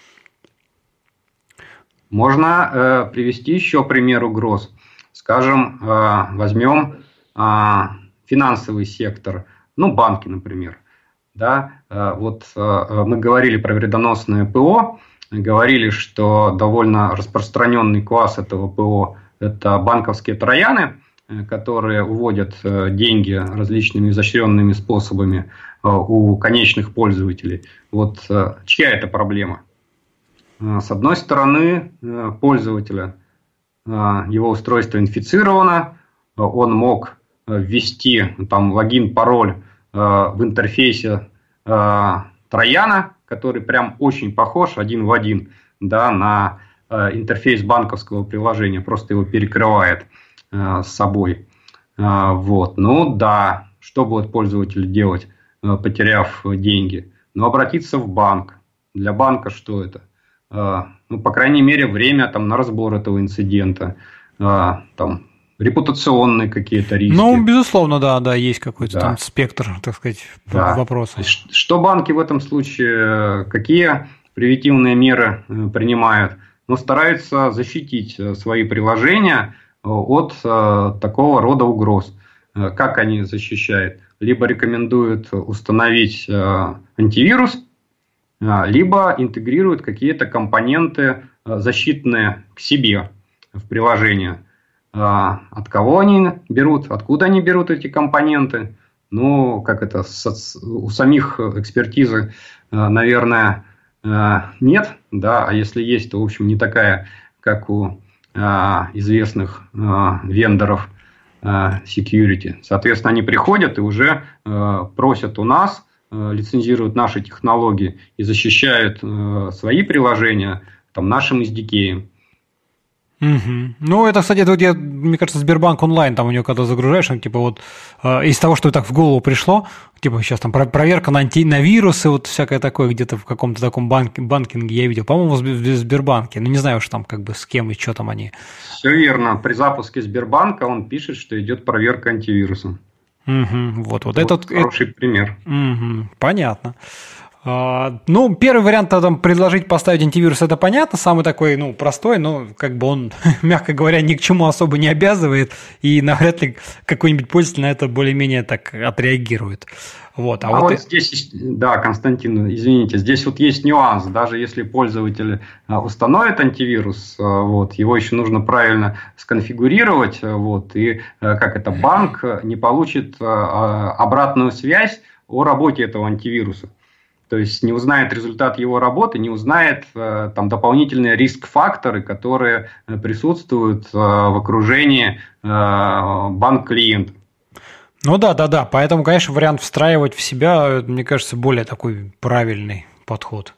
Можно привести еще пример угроз. Скажем, возьмем финансовый сектор, ну, банки, например. Да? Вот мы говорили про вредоносное ПО, говорили, что довольно распространенный класс этого ПО – это банковские трояны, которые уводят деньги различными изощренными способами у конечных пользователей. Вот чья это проблема? С одной стороны, пользователя, его устройство инфицировано, он мог ввести там логин, пароль в интерфейсе трояна, который прям очень похож один в один, да, на интерфейс банковского приложения, просто его перекрывает с собой. Вот. Ну да, что будет пользователь делать, потеряв деньги? Ну, обратиться в банк. Для банка что это? Ну, по крайней мере, время там, на разбор этого инцидента, там, репутационные какие-то риски. Ну, безусловно, да, есть какой-то там спектр, так сказать, вопросов. Что банки в этом случае, какие превентивные меры принимают? Ну, стараются защитить свои приложения от такого рода угроз. Как они защищают? Либо рекомендуют установить антивирус, либо интегрируют какие-то компоненты защитные к себе в приложение. От кого они берут, откуда они берут эти компоненты? Ну, как это, у самих экспертизы, наверное, нет, да, а если есть, то, в общем, не такая, как у известных вендоров security. Соответственно, они приходят и уже просят у нас, лицензируют наши технологии и защищают свои приложения там, нашим SDK. Угу. Ну, это, кстати, это вот мне кажется, Сбербанк онлайн, там у него когда загружаешь, он, типа вот из того, что так в голову пришло, типа сейчас там проверка на вирусы, вот всякое такое, где-то в каком-то таком банкинге я видел, по-моему, в Сбербанке, ну не знаю уж там как бы с кем и что там они. Все верно, при запуске Сбербанка он пишет, что идет проверка антивируса. Угу. Вот этот хороший пример. Угу. Понятно. Ну, первый вариант там предложить поставить антивирус, это понятно, самый такой, ну, простой, но как бы он, мягко говоря, ни к чему особо не обязывает, и навряд ли какой-нибудь пользователь на это более-менее так отреагирует. Вот, вот здесь, да, Константин, извините, здесь вот есть нюанс, даже если пользователь установит антивирус, вот, его еще нужно правильно сконфигурировать, вот, и как это, банк не получит обратную связь о работе этого антивируса. То есть не узнает результат его работы, не узнает там дополнительные риск-факторы, которые присутствуют в окружении банк-клиента. Ну да. Поэтому, конечно, вариант встраивать в себя, мне кажется, более такой правильный подход.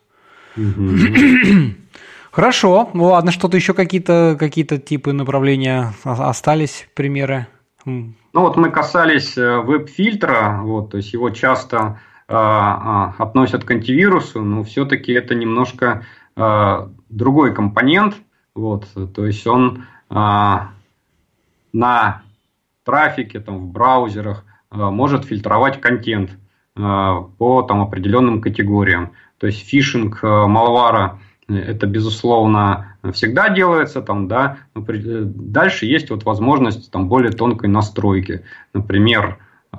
Хорошо. Ну ладно, что-то еще какие-то типы направления остались, примеры? Ну вот мы касались веб-фильтра, вот, то есть его часто относят к антивирусу, но все-таки это немножко другой компонент, вот, то есть он на трафике, там, в браузерах может фильтровать контент по там, определенным категориям. То есть фишинг малвара это, безусловно, всегда делается, там, да, но дальше есть вот возможность там, более тонкой настройки. Например,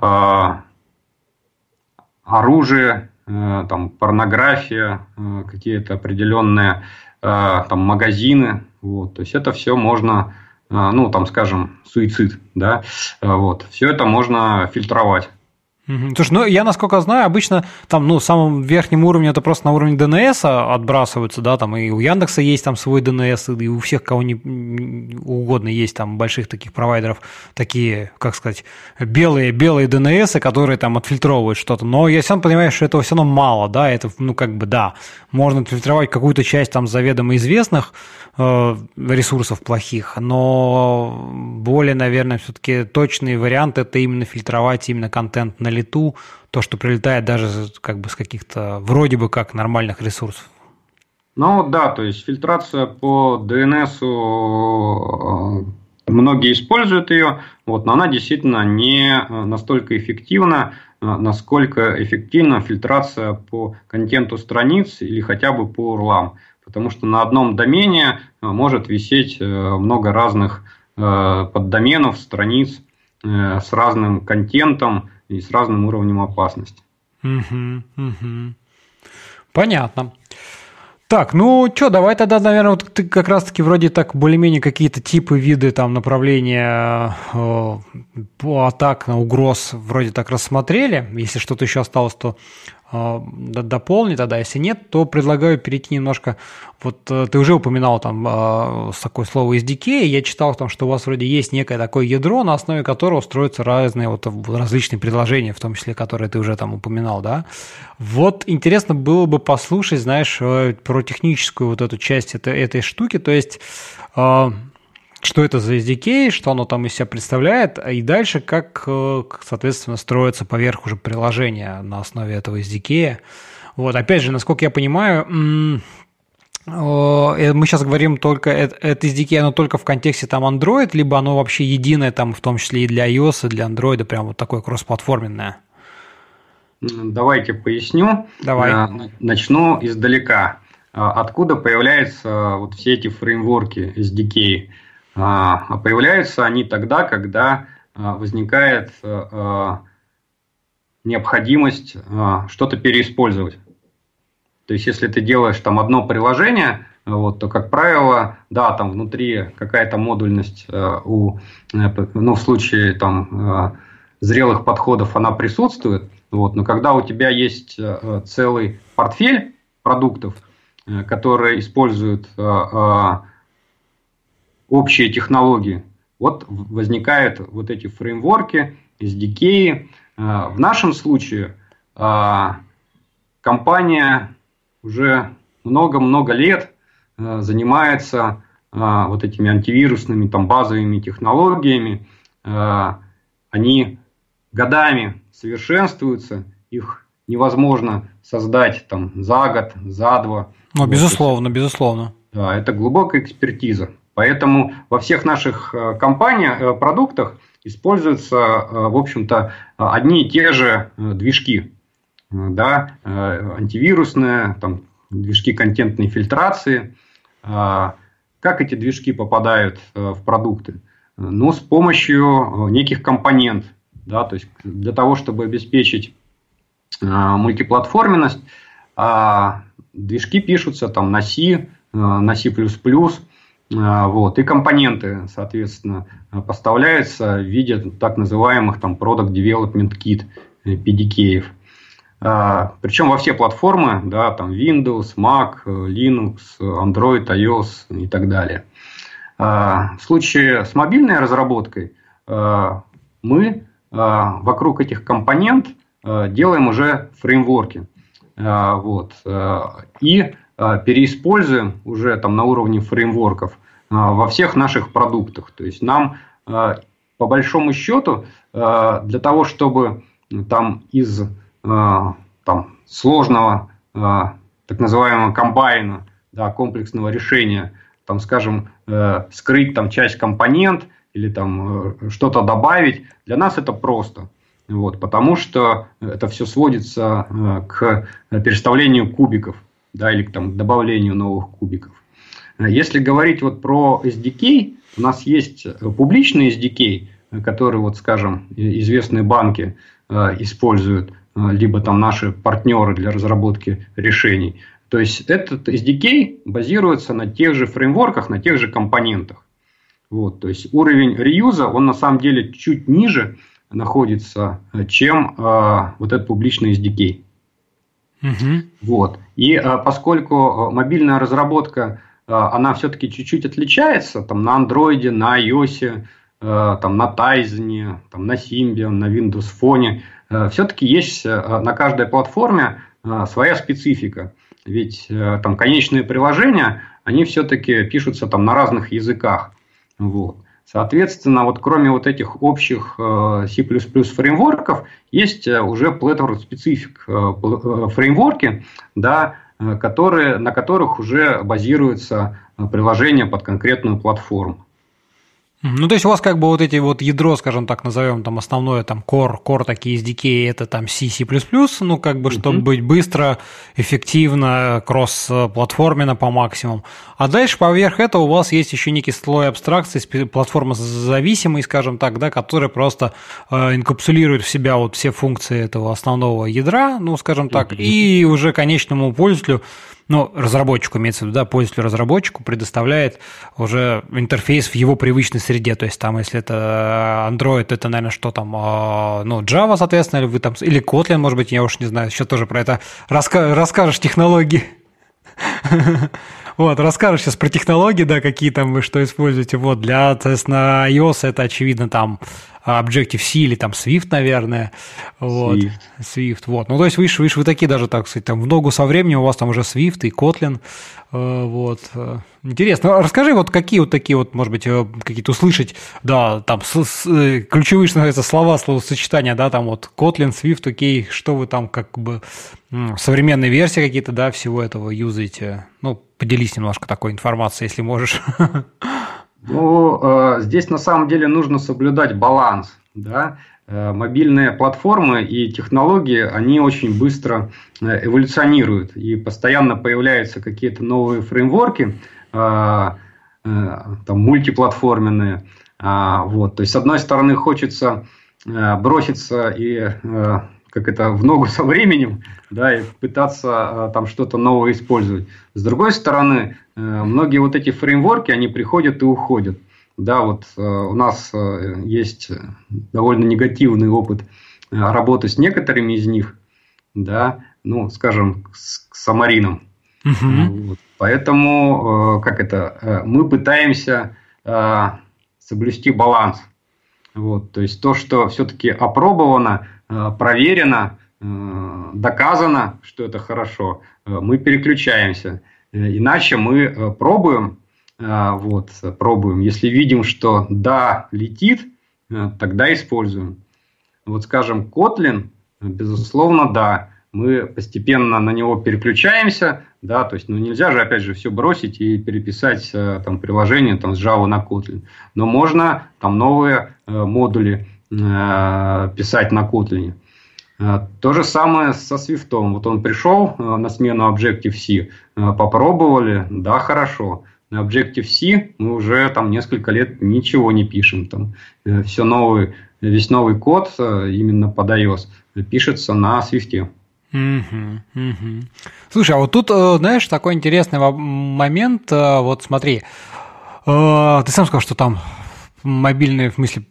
оружие, там, порнография, какие-то определенные там, магазины. Вот. То есть это все можно, ну, там, скажем, суицид, да, вот. Все это можно фильтровать. Слушай, ну я насколько знаю, обычно там, ну, в самом верхнем уровне это просто на уровне DNS отбрасываются, да, там и у Яндекса есть там свой DNS, и у всех, кого не угодно есть там больших таких провайдеров, такие, как сказать, белые DNS, которые там отфильтровывают что-то, но я сам понимаю, что этого все равно мало, да, это, ну, как бы, да, можно отфильтровать какую-то часть там заведомо известных ресурсов плохих, но более, наверное, все-таки точный вариант это именно фильтровать именно контент на лету, то, что прилетает даже как бы с каких-то вроде бы как нормальных ресурсов. Ну да, то есть фильтрация по DNS, многие используют ее, вот, но она действительно не настолько эффективна, насколько эффективна фильтрация по контенту страниц или хотя бы по URL. Потому что на одном домене может висеть много разных поддоменов, страниц с разным контентом и с разным уровнем опасности. Понятно. Так, ну что, давай тогда, наверное, вот ты как раз-таки вроде так более-менее какие-то типы, виды, там, направления атак, угроз вроде так рассмотрели. Если что-то еще осталось, то дополни тогда. Если нет, то предлагаю перейти немножко. Вот ты уже упоминал там такое слово SDK. Я читал там, что у вас вроде есть некое такое ядро, на основе которого строятся разные вот различные предложения, в том числе, которые ты уже там упоминал, да? Вот интересно было бы послушать, знаешь, про техническую вот эту часть этой штуки, то есть что это за SDK, что оно там из себя представляет, и дальше как, соответственно, строится поверх уже приложения на основе этого SDK. Вот, опять же, насколько я понимаю, мы сейчас говорим только, это SDK, оно только в контексте там Android, либо оно вообще единое там, в том числе и для iOS, и для Android, прям вот такое кроссплатформенное? Давайте поясню. Давай. Начну издалека. Откуда появляются вот все эти фреймворки SDK? А появляются они тогда, когда возникает необходимость что-то переиспользовать. То есть, если ты делаешь там одно приложение, вот, то, как правило, да, там внутри какая-то модульность в случае там зрелых подходов она присутствует, вот, но когда у тебя есть целый портфель продуктов, которые используют общие технологии, вот возникают вот эти фреймворки, SDK. В нашем случае компания уже много-много лет занимается вот этими антивирусными там, базовыми технологиями. Они годами совершенствуются, их невозможно создать там, за год, за два. Ну, безусловно, безусловно. Да, это глубокая экспертиза. Поэтому во всех наших компаниях, продуктах используются, в общем-то, одни и те же движки. Да, антивирусные, там, движки контентной фильтрации. Как эти движки попадают в продукты? Ну, с помощью неких компонентов. Да, то есть для того, чтобы обеспечить мультиплатформенность, движки пишутся там, на C, на C++. Вот, и компоненты, соответственно, поставляются в виде так называемых там, Product Development Kit, PDK. Причем во все платформы, да, там Windows, Mac, Linux, Android, iOS и так далее. В случае с мобильной разработкой мы вокруг этих компонент делаем уже фреймворки. Вот, и переиспользуем уже там на уровне фреймворков во всех наших продуктах. То есть нам по большому счету для того, чтобы там из там, сложного так называемого комбайна, да, комплексного решения, там, скажем, скрыть там, часть компонент или там, что-то добавить, для нас это просто. Вот, потому что это все сводится к переставлению кубиков, да, или там, к добавлению новых кубиков. Если говорить вот про SDK, у нас есть публичный SDK, который, вот, скажем, известные банки используют, либо там наши партнеры для разработки решений. То есть этот SDK базируется на тех же фреймворках, на тех же компонентах. Вот, то есть уровень реюза, он на самом деле чуть ниже находится, чем вот этот публичный SDK. Вот. И поскольку мобильная разработка, она все-таки чуть-чуть отличается там, на Android, на iOS, там, на Tizen, там, на Symbian, на Windows Phone, все-таки есть на каждой платформе своя специфика. Ведь там конечные приложения, они все-таки пишутся там на разных языках. Вот. Соответственно, вот кроме вот этих общих C++ фреймворков, есть уже platform-specific фреймворки, да, на которых уже базируются приложения под конкретную платформу. Ну, то есть у вас как бы вот эти вот ядро, скажем так, назовем там основное, там core такие SDK, это там C, C++, ну, как бы, чтобы быть быстро, эффективно, кросс-платформенно по максимуму. А дальше поверх этого у вас есть еще некий слой абстракции, платформа зависимой, скажем так, да, которая просто инкапсулирует в себя вот все функции этого основного ядра, ну, скажем так, и уже конечному пользователю, ну, разработчику имеется в виду, да, пользователю-разработчику предоставляет уже интерфейс в его привычной среде, то есть там, если это Android, это, наверное, что там, ну, Java, соответственно, или вы там, или Kotlin, может быть, я уж не знаю, еще тоже про это расскажешь технологии. Вот, расскажешь сейчас про технологии, да, какие там вы что используете. Вот, для, соответственно, iOS это, очевидно, там Objective-C или там Swift, наверное. Вот, Swift, вот. Ну, то есть, видишь, вы такие даже, так сказать, там в ногу со временем у вас там уже Swift и Kotlin. Вот. Интересно. Расскажи, вот какие вот такие вот, может быть, какие-то услышать, да, там ключевые, что называется, слова, словосочетания, да, там вот Kotlin, Swift, окей, что вы там как бы современные версии какие-то, да, всего этого юзаете. Ну, поделись немножко такой информацией, если можешь. Ну, здесь на самом деле нужно соблюдать баланс, да. Мобильные платформы и технологии, они очень быстро эволюционируют, и постоянно появляются какие-то новые фреймворки, там, мультиплатформенные. Вот. То есть, с одной стороны, хочется броситься и в ногу со временем, да, и пытаться там что-то новое использовать. С другой стороны, многие вот эти фреймворки, они приходят и уходят. Да, вот у нас есть довольно негативный опыт работы с некоторыми из них, да, ну, скажем, с Xamarin. Вот. Поэтому мы пытаемся соблюсти баланс. Вот. То есть то, что все-таки опробовано, проверено, доказано, что это хорошо, мы переключаемся. Иначе мы пробуем. Если видим, что да, летит, тогда используем. Вот, скажем, Kotlin, безусловно, да, мы постепенно на него переключаемся, да, то есть, ну, нельзя же, опять же, все бросить и переписать там приложение там, с Java на Kotlin. Но можно там новые модули писать на Kotlin. То же самое со Swift. Вот он пришел на смену Objective-C, попробовали, да, хорошо. На Objective-C мы уже там несколько лет ничего не пишем. Там весь новый код именно под iOS пишется на Swift. Слушай, а вот тут, знаешь, такой интересный момент. Вот смотри, ты сам сказал, что там мобильные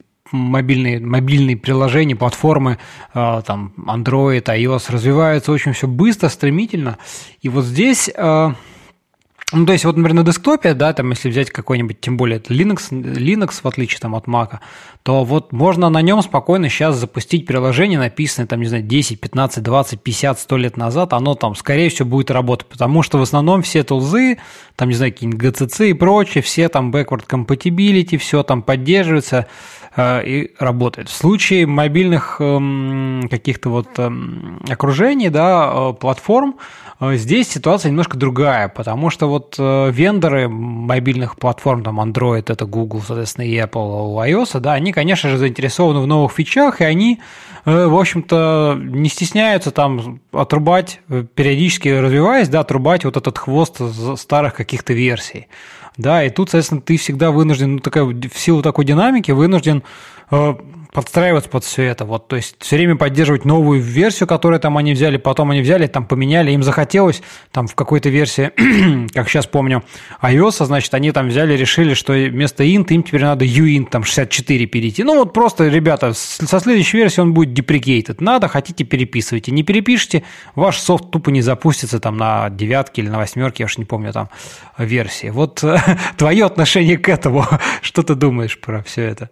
приложения, платформы, там Android, iOS развиваются очень все быстро, стремительно. И вот здесь... Ну, то есть, вот, например, на десктопе, да, там, если взять какой-нибудь, тем более это Linux, в отличие там, от Mac, то вот можно на нем спокойно сейчас запустить приложение, написанное, там, не знаю, 10, 15, 20, 50, 100 лет назад, оно там, скорее всего, будет работать, потому что в основном все тулзы, там, не знаю, какие-нибудь GCC и прочее, все там backward compatibility, все там поддерживается и работает. В случае мобильных каких-то вот окружений, да, платформ, здесь ситуация немножко другая, потому что вот вендоры мобильных платформ, там Android, это Google, соответственно, и Apple у iOS, да, они, конечно же, заинтересованы в новых фичах, и они, в общем-то, не стесняются там отрубать, периодически развиваясь, да, отрубать вот этот хвост старых каких-то версий. Да, и тут, соответственно, ты всегда вынужден, в силу такой динамики, вынужден подстраиваться под все это. Вот, то есть все время поддерживать новую версию, которую там они взяли, потом они взяли, там поменяли, им захотелось там в какой-то версии, как сейчас помню, iOS, значит, они там взяли, решили, что вместо int им теперь надо uint там 64 перейти. Ну вот просто, ребята, со следующей версии он будет deprecated. Надо, хотите, переписывайте. Не перепишите, ваш софт тупо не запустится там на 9 или на 8, я уж не помню там версии. Вот твое отношение к этому, что ты думаешь про все это?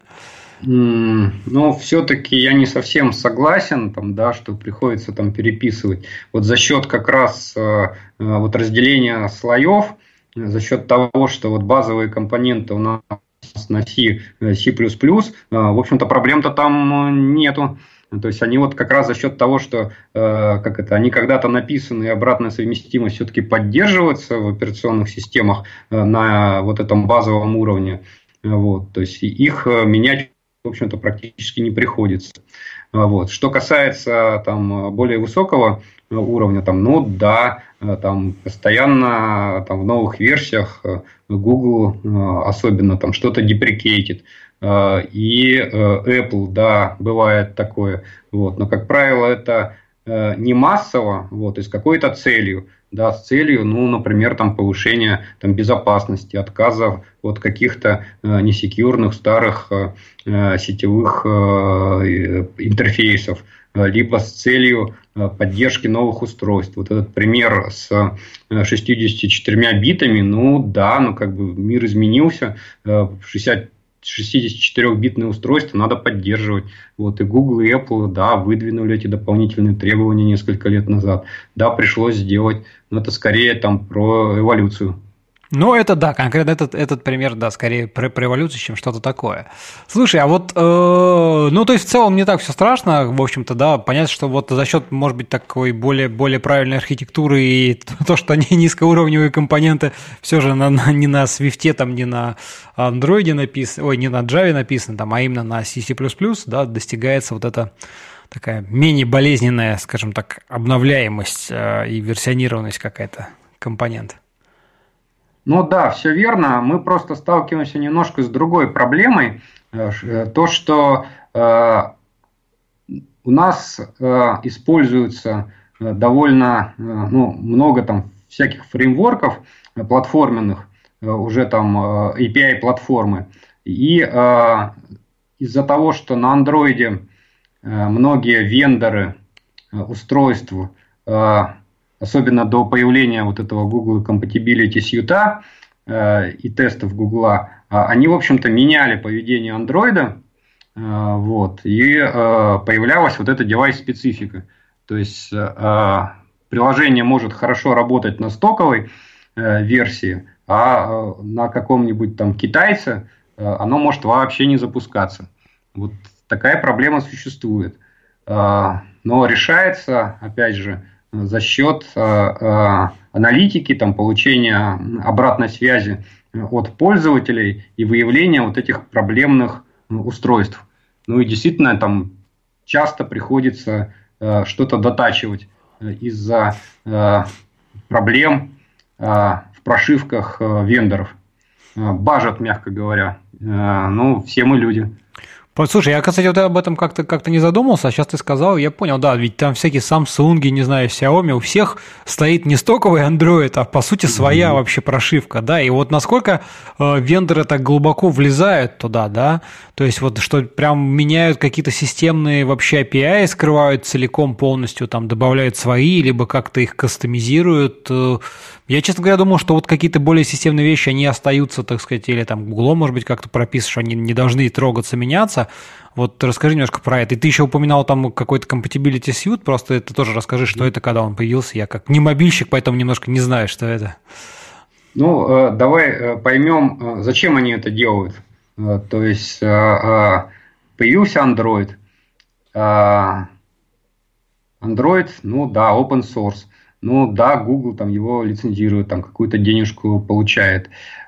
Но все-таки я не совсем согласен, там, да, что приходится там переписывать. Вот за счет как раз вот разделения слоев, за счет того, что вот базовые компоненты у нас на C, C++, в общем-то проблем-то там нету. То есть они вот как раз за счет того, что они когда-то написаны, и обратная совместимость все-таки поддерживается в операционных системах на вот этом базовом уровне. Вот, то есть их менять, в общем-то, практически не приходится. Вот. Что касается там, более высокого уровня, там, ну да, там постоянно там, в новых версиях Google особенно там что-то деприкейтит. И Apple, да, бывает такое. Вот. Но, как правило, это не массово, вот, и с какой-то целью. Да, с целью, ну, например, там, повышения там, безопасности, отказов от каких-то несекьюрных старых сетевых интерфейсов, либо с целью поддержки новых устройств. Вот этот пример с 64 битами, ну да, ну как бы мир изменился, 64-битные устройства надо поддерживать. Вот, и Google, и Apple, да, выдвинули эти дополнительные требования несколько лет назад. Да, пришлось сделать, но это скорее там про эволюцию. Ну, это да, конкретно этот пример, да, скорее про эволюцию, чем что-то такое. Слушай, а вот, ну, то есть, в целом не так все страшно, в общем-то, да, понятно, что вот за счет, может быть, такой более правильной архитектуры и то, что они низкоуровневые компоненты все же не на Swift, там, не на Android написаны, ой, не на Java написаны, там, а именно на C++, да, достигается вот эта такая менее болезненная, скажем так, обновляемость и версионированность какая-то компонент. Ну да, все верно. Мы просто сталкиваемся немножко с другой проблемой. То, что у нас используется довольно много там всяких фреймворков платформенных, уже там API-платформы. И из-за того, что на Android многие вендоры устройств, особенно до появления вот этого Google Compatibility Suite и тестов Google, они, в общем-то, меняли поведение Android, вот, и появлялась вот эта девайс-специфика. То есть приложение может хорошо работать на стоковой версии, а на каком-нибудь там китайце оно может вообще не запускаться. Вот такая проблема существует. Но решается, опять же, за счет аналитики, там, получения обратной связи от пользователей и выявления вот этих проблемных устройств. Ну и действительно там часто приходится что-то дотачивать из-за проблем в прошивках вендоров. Бажат, мягко говоря. Ну, все мы люди. Слушай, я, кстати, вот об этом как-то не задумался, а сейчас ты сказал, я понял, да, ведь там всякие Samsung, не знаю, Xiaomi, у всех стоит не стоковый Android, а по сути своя вообще прошивка, да, и вот насколько вендоры так глубоко влезают туда, да, то есть вот что прям меняют какие-то системные вообще API, скрывают целиком полностью, там добавляют свои, либо как-то их кастомизируют. Я, честно говоря, думал, что вот какие-то более системные вещи, они остаются, так сказать, или там Google, может быть, как-то прописано, что они не должны трогаться, меняться. Вот расскажи немножко про это. И ты еще упоминал там какой-то Compatibility Suite, просто это тоже расскажи, что это, когда он появился. Я как не мобильщик, поэтому немножко не знаю, что это. Ну, давай поймем, зачем они это делают. То есть появился Android. Android, ну да, open source. Ну да, Google там его лицензирует, там какую-то денежку получает.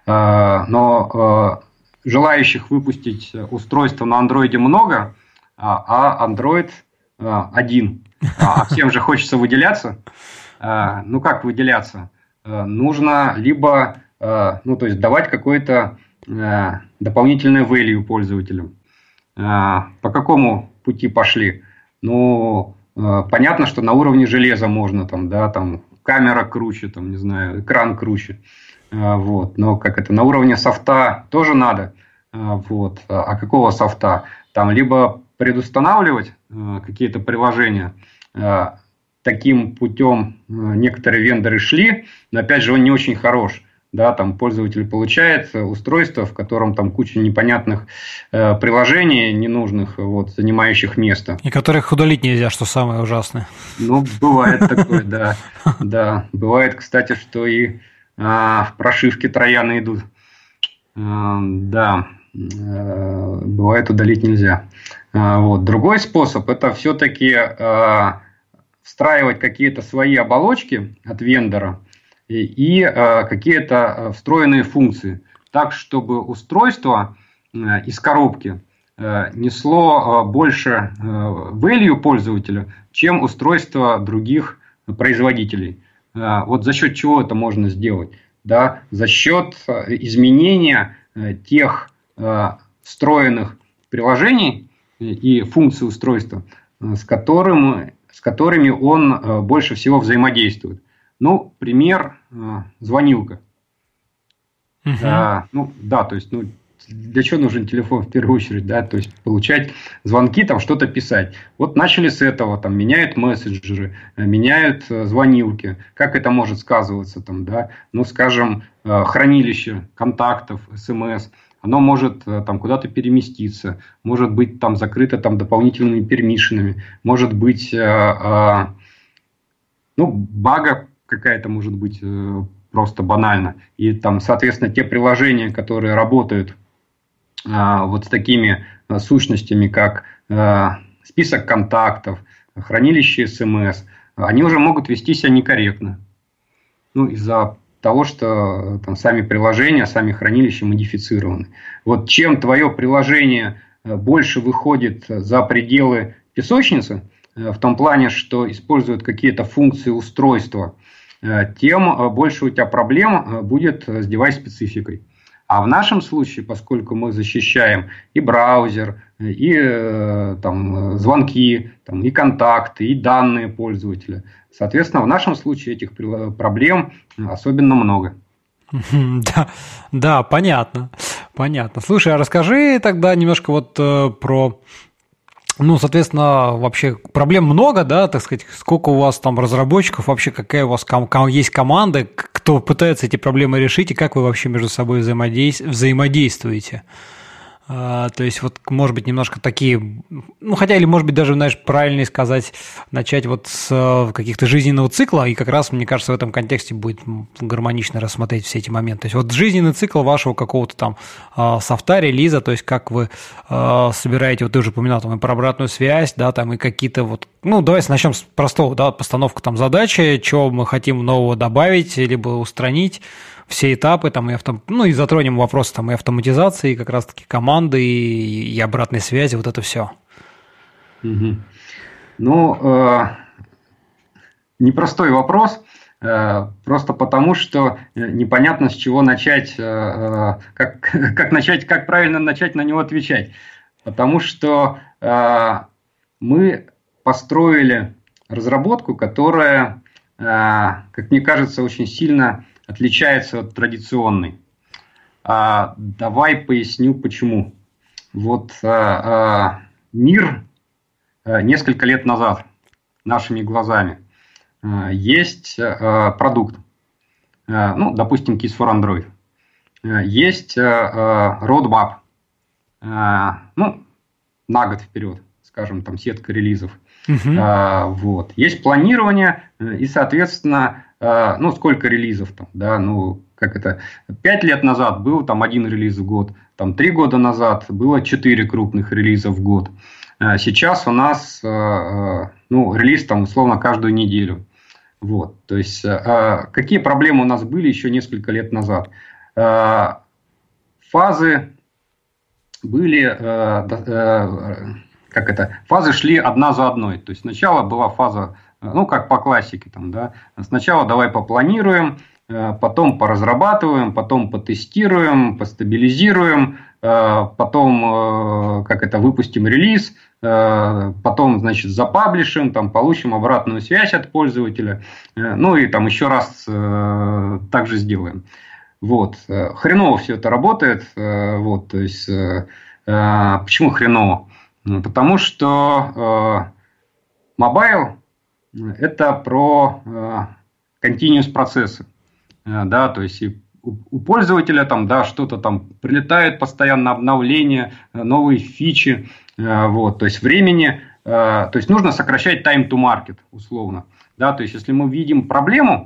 Но желающих выпустить устройство на Android много, а Android один. А всем же хочется выделяться. Ну как выделяться? Нужно либо то есть давать какое-то дополнительное value пользователям. По какому пути пошли? Ну, понятно, что на уровне железа можно, там, да, там камера круче, там, не знаю, экран круче. Вот. Но как это, на уровне софта тоже надо. Вот. А какого софта? Там либо предустанавливать какие-то приложения. Таким путем некоторые вендоры шли, но опять же он не очень хорош. Да, там пользователь получает устройство, в котором там куча непонятных приложений ненужных, вот, занимающих место. И которых удалить нельзя, что самое ужасное. Ну, бывает такое, да. Да, бывает, кстати, что и в прошивке трояны идут. Да, бывает, удалить нельзя. Вот. Другой способ – это все-таки встраивать какие-то свои оболочки от вендора и какие-то встроенные функции, так, чтобы устройство из коробки несло больше value пользователя, чем устройство других производителей. Вот за счет чего это можно сделать? Да, за счет изменения тех встроенных приложений и функций устройства, с которыми он больше всего взаимодействует. Ну, пример звонилка. То есть, для чего нужен телефон в первую очередь, да, то есть получать звонки, там что-то писать. Вот начали с этого, там меняют мессенджеры, меняют звонилки. Как это может сказываться там, да? Ну, скажем, хранилище контактов, СМС, оно может там куда-то переместиться, может быть там закрыто там дополнительными пермишенами, может быть, бага какая-то может быть просто банально. И там, соответственно, те приложения, которые работают вот с такими сущностями, как список контактов, хранилище СМС, они уже могут вести себя некорректно. Ну, из-за того, что там сами приложения, сами хранилища модифицированы. Вот чем твое приложение больше выходит за пределы песочницы, в том плане, что использует какие-то функции устройства, тем больше у тебя проблем будет с девайс-спецификой. А в нашем случае, поскольку мы защищаем и браузер, и там, звонки, там, и контакты, и данные пользователя, соответственно, в нашем случае этих проблем особенно много. Да, понятно. Слушай, а расскажи тогда немножко вот про... соответственно, вообще проблем много, да, так сказать, сколько у вас там разработчиков, вообще какая у вас есть команда, кто пытается эти проблемы решить, и как вы вообще между собой взаимодействуете? То есть, вот, может быть, немножко такие, или, может быть, даже, знаешь, правильнее сказать, начать вот с каких-то жизненного цикла, и как раз, мне кажется, в этом контексте будет гармонично рассмотреть все эти моменты. То есть, вот жизненный цикл вашего какого-то там софта, релиза, то есть, как вы собираете, вот ты уже упоминал там и про обратную связь, да, там и какие-то вот, давайте начнем с простого, да, постановка там задачи, что мы хотим нового добавить, либо устранить, все этапы, там, и затронем вопросы там, и автоматизации, и как раз-таки команды, и обратной связи, вот это все. Угу. Непростой вопрос, просто потому, что непонятно, с чего начать, как правильно начать на него отвечать. Потому что мы построили разработку, которая, как мне кажется, очень сильно отличается от традиционной. Давай поясню, почему. Вот мир несколько лет назад, нашими глазами, есть продукт, допустим, Keys for Android, есть roadmap, на год вперед, скажем, там сетка релизов. Вот. Есть планирование, и, соответственно, сколько релизов там, да, 5 лет назад был там 1 релиз в год, там 3 года назад было 4 крупных релиза в год. Сейчас у нас, релиз там условно каждую неделю. Вот. То есть, какие проблемы у нас были еще несколько лет назад? Фазы были... фазы шли одна за одной. То есть, сначала была фаза, как по классике, там, да, сначала давай попланируем, потом поразрабатываем, потом потестируем, постабилизируем, потом выпустим релиз, потом, значит, запаблишим, там, получим обратную связь от пользователя, и там еще раз так же сделаем. Вот. Хреново все это работает. Вот. То есть, почему хреново? Потому что mobile это про continuous процессы, да, то есть у пользователя там, да, что-то там прилетает постоянно, обновления, новые фичи, вот, то есть времени, то есть нужно сокращать time to market условно, да, то есть если мы видим проблему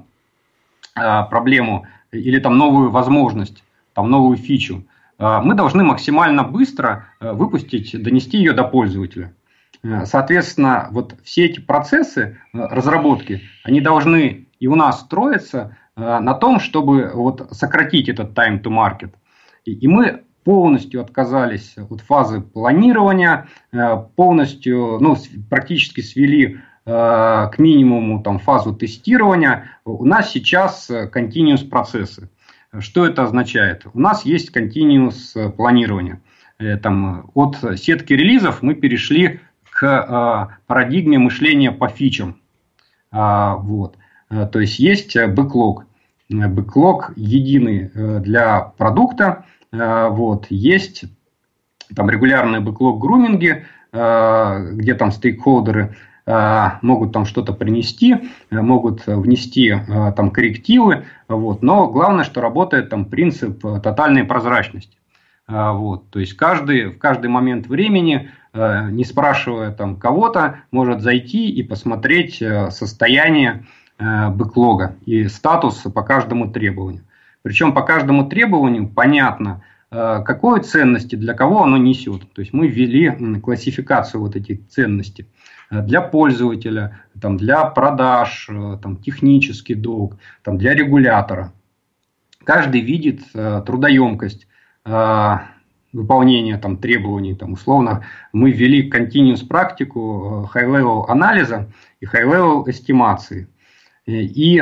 или там новую возможность, там новую фичу, мы должны максимально быстро выпустить, донести ее до пользователя. Соответственно, вот все эти процессы разработки, они должны и у нас строиться на том, чтобы вот сократить этот time to market. И мы полностью отказались от фазы планирования, полностью, практически свели к минимуму фазу тестирования. У нас сейчас continuous процессы. Что это означает? У нас есть continuous планирование. От сетки релизов мы перешли к парадигме мышления по фичам. То есть есть бэклог. Бэклог единый для продукта. Есть регулярные бэклог-груминги, где стейкхолдеры могут что-то принести, могут внести коррективы. Но главное, что работает принцип тотальной прозрачности. То есть в каждый момент времени, не спрашивая кого-то, может зайти и посмотреть состояние бэклога и статус по каждому требованию. Причем по каждому требованию понятно, какой ценности для кого оно несет. То есть мы ввели классификацию этих ценностей для пользователя, для продаж, технический долг, для регулятора. Каждый видит трудоемкость выполнения требований. Условно мы ввели continuous практику high-level анализа и high-level эстимации. И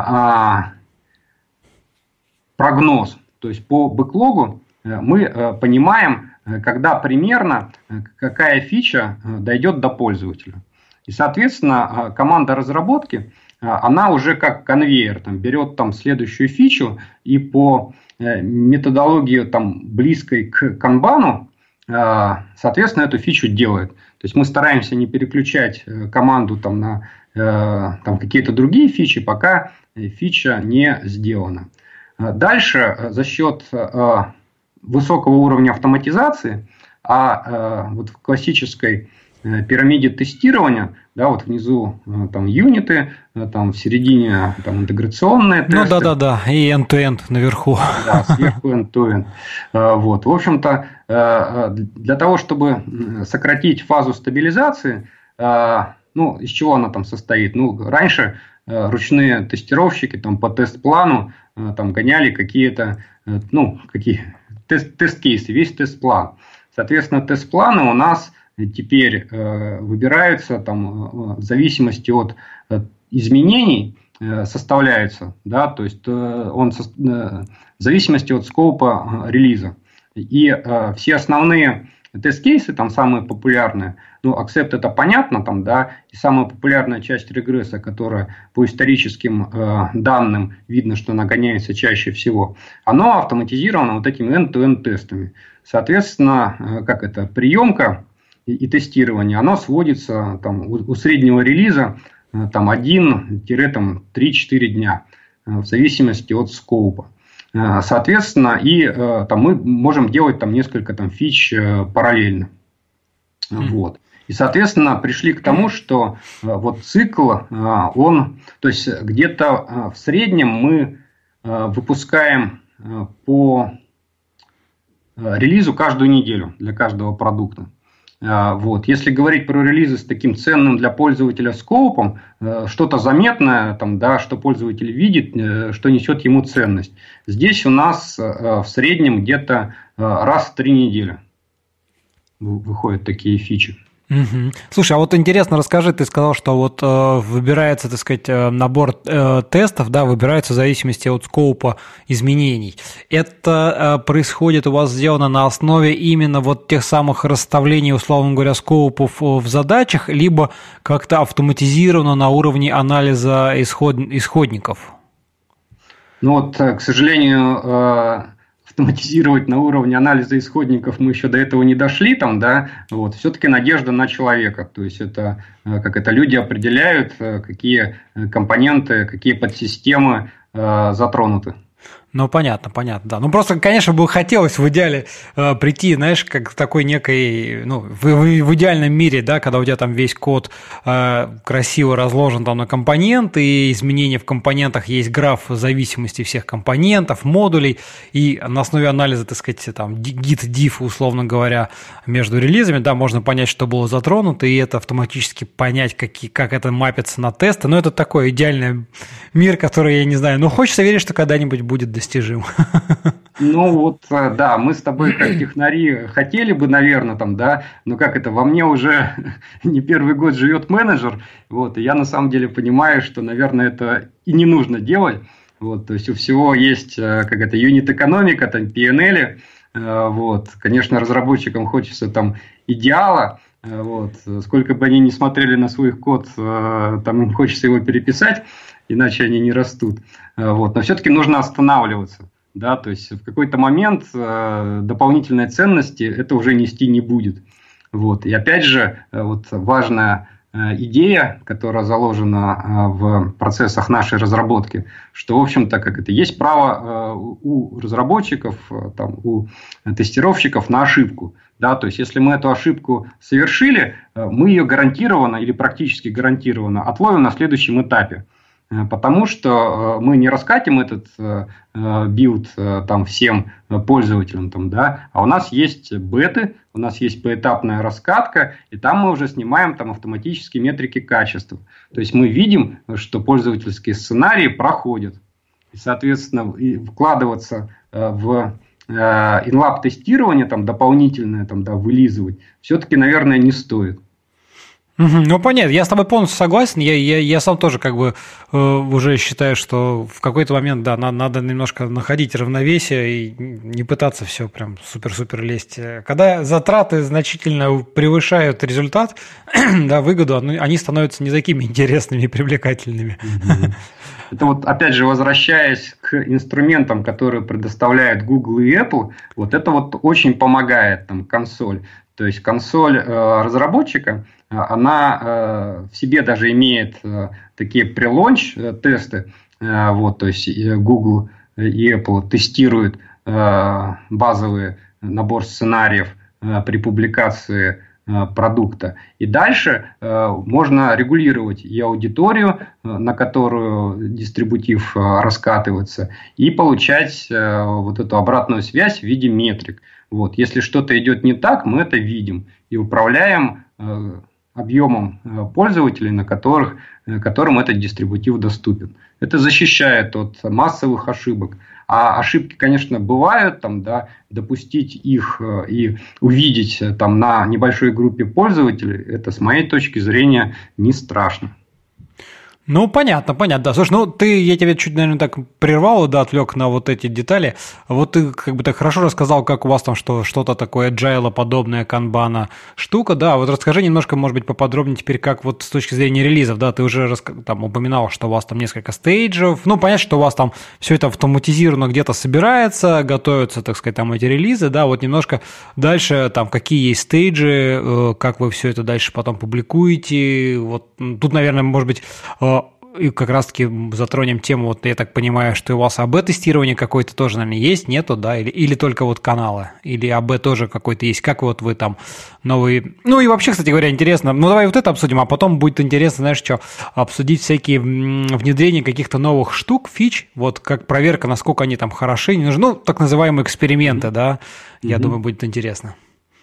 прогноз. То есть по бэклогу мы понимаем, когда примерно какая фича дойдет до пользователя. И, соответственно, команда разработки, она уже как конвейер берет следующую фичу и по методологии близкой к канбану, соответственно, эту фичу делает. То есть мы стараемся не переключать команду на какие-то другие фичи, пока фича не сделана. Дальше за счет высокого уровня автоматизации, в классической пирамиде тестирования, внизу юниты, в середине интеграционные тесты. И end-to-end наверху. Да, сверху end-to-end. В общем-то, для того, чтобы сократить фазу стабилизации, из чего она состоит? Раньше ручные тестировщики по тест-плану гоняли какие-то тест-кейсы, весь тест-план. Соответственно, тест-планы у нас теперь выбираются в зависимости от изменений, составляются, то есть он в зависимости от скопа релиза. И все основные тест-кейсы, самые популярные, accept это понятно, и самая популярная часть регресса, которая по историческим данным видно, что она гоняется чаще всего, оно автоматизировано этими end-to-end тестами. Соответственно, приемка и тестирование, оно сводится у среднего релиза 1-3-4 дня, в зависимости от скопа. Соответственно, и мы можем делать несколько фич параллельно. И, соответственно, пришли к тому, что цикл, то есть где-то в среднем мы выпускаем по релизу каждую неделю для каждого продукта. Если говорить про релизы с таким ценным для пользователя скопом, что-то заметное, что пользователь видит, что несет ему ценность. Здесь у нас в среднем где-то раз в 3 недели выходят такие фичи. Угу. Слушай, а интересно, расскажи, ты сказал, что выбирается, так сказать, набор тестов, выбирается в зависимости от скопа изменений. Это происходит у вас сделано на основе именно тех самых расставлений, условно говоря, скопов в задачах, либо как-то автоматизировано на уровне анализа исходников? К сожалению, автоматизировать на уровне анализа исходников мы еще до этого не дошли, все-таки надежда на человека. То есть это люди определяют, какие компоненты, какие подсистемы затронуты. Понятно, да. Просто, конечно, бы хотелось в идеале прийти, знаешь, как в такой некой, в идеальном мире, когда у тебя весь код красиво разложен на компоненты, и изменения в компонентах есть граф зависимости всех компонентов, модулей, и на основе анализа, так сказать, git, diff, условно говоря, между релизами, можно понять, что было затронуто, и это автоматически понять, как это мапится на тесты. Но это такой идеальный мир, который, я не знаю, хочется верить, что когда-нибудь будет достижим. недостижим. Ну вот, да, мы с тобой как технари хотели бы, наверное, там, да, но как это, во мне уже не первый год живет менеджер, вот, и я на самом деле понимаю, что, наверное, это и не нужно делать, вот, то есть у всего есть, как это, юнит-экономика, там, P&L, вот, конечно, разработчикам хочется там идеала, вот, сколько бы они ни смотрели на свой код, там им хочется его переписать, иначе они не растут, вот, но все-таки нужно останавливаться. Да, то есть в какой-то момент дополнительной ценности это уже нести не будет. Вот. И опять же, вот важная идея, которая заложена в процессах нашей разработки, что, в общем-то, как это, есть право у разработчиков, там, у тестировщиков на ошибку. Да, то есть, если мы эту ошибку совершили, мы ее гарантированно или практически гарантированно отловим на следующем этапе. Потому что мы не раскатим этот билд там, всем пользователям, там, да, а у нас есть беты, у нас есть поэтапная раскатка, и там мы уже снимаем там, автоматические метрики качества. То есть мы видим, что пользовательские сценарии проходят. И, соответственно, вкладываться в in-lab тестирование, там, дополнительное там, да, вылизывать, все-таки, наверное, не стоит. Ну, понятно, я с тобой полностью согласен, я сам тоже как бы уже считаю, что в какой-то момент, да, надо немножко находить равновесие и не пытаться все прям супер-супер лезть. Когда затраты значительно превышают результат, да, выгоду, они становятся не такими интересными и привлекательными. Это вот, опять же, возвращаясь к инструментам, которые предоставляют Google и Apple, вот это вот очень помогает, там, консоль. То есть консоль разработчика, она в себе даже имеет такие прелонч тесты, вот, то есть Google и Apple тестируют базовый набор сценариев при публикации продукта. И дальше можно регулировать и аудиторию, на которую дистрибутив раскатывается, и получать вот эту обратную связь в виде метрик. Вот. Если что-то идет не так, мы это видим и управляем объемом пользователей, которым этот дистрибутив доступен. Это защищает от массовых ошибок. А ошибки, конечно, бывают, там, да, допустить их и увидеть там, на небольшой группе пользователей, это, с моей точки зрения, не страшно. Ну, понятно, да. Слушай, я тебя чуть, наверное, так прервал, да, отвлек на вот эти детали. Вот ты как бы так хорошо рассказал, как у вас там что-то такое agile-подобное, канбана штука, да. Вот расскажи немножко, может быть, поподробнее теперь, как вот с точки зрения релизов, да, ты уже там упоминал, что у вас там несколько стейджев. Ну, понятно, что у вас там все это автоматизировано где-то собирается, готовятся, так сказать, там эти релизы, да. Вот немножко дальше там какие есть стейджи, как вы все это дальше потом публикуете. Вот тут, наверное, может быть, и как раз-таки затронем тему, вот я так понимаю, что у вас АБ-тестирование какое-то тоже, наверное, есть, нету, да, или только вот каналы, или АБ тоже какой-то есть, как вот вы там новые... Ну и вообще, кстати говоря, интересно, давай вот это обсудим, а потом будет интересно, знаешь, что, обсудить всякие внедрения каких-то новых штук, фич, вот как проверка, насколько они там хороши, не нужны, ну, так называемые эксперименты, да, я думаю, будет интересно.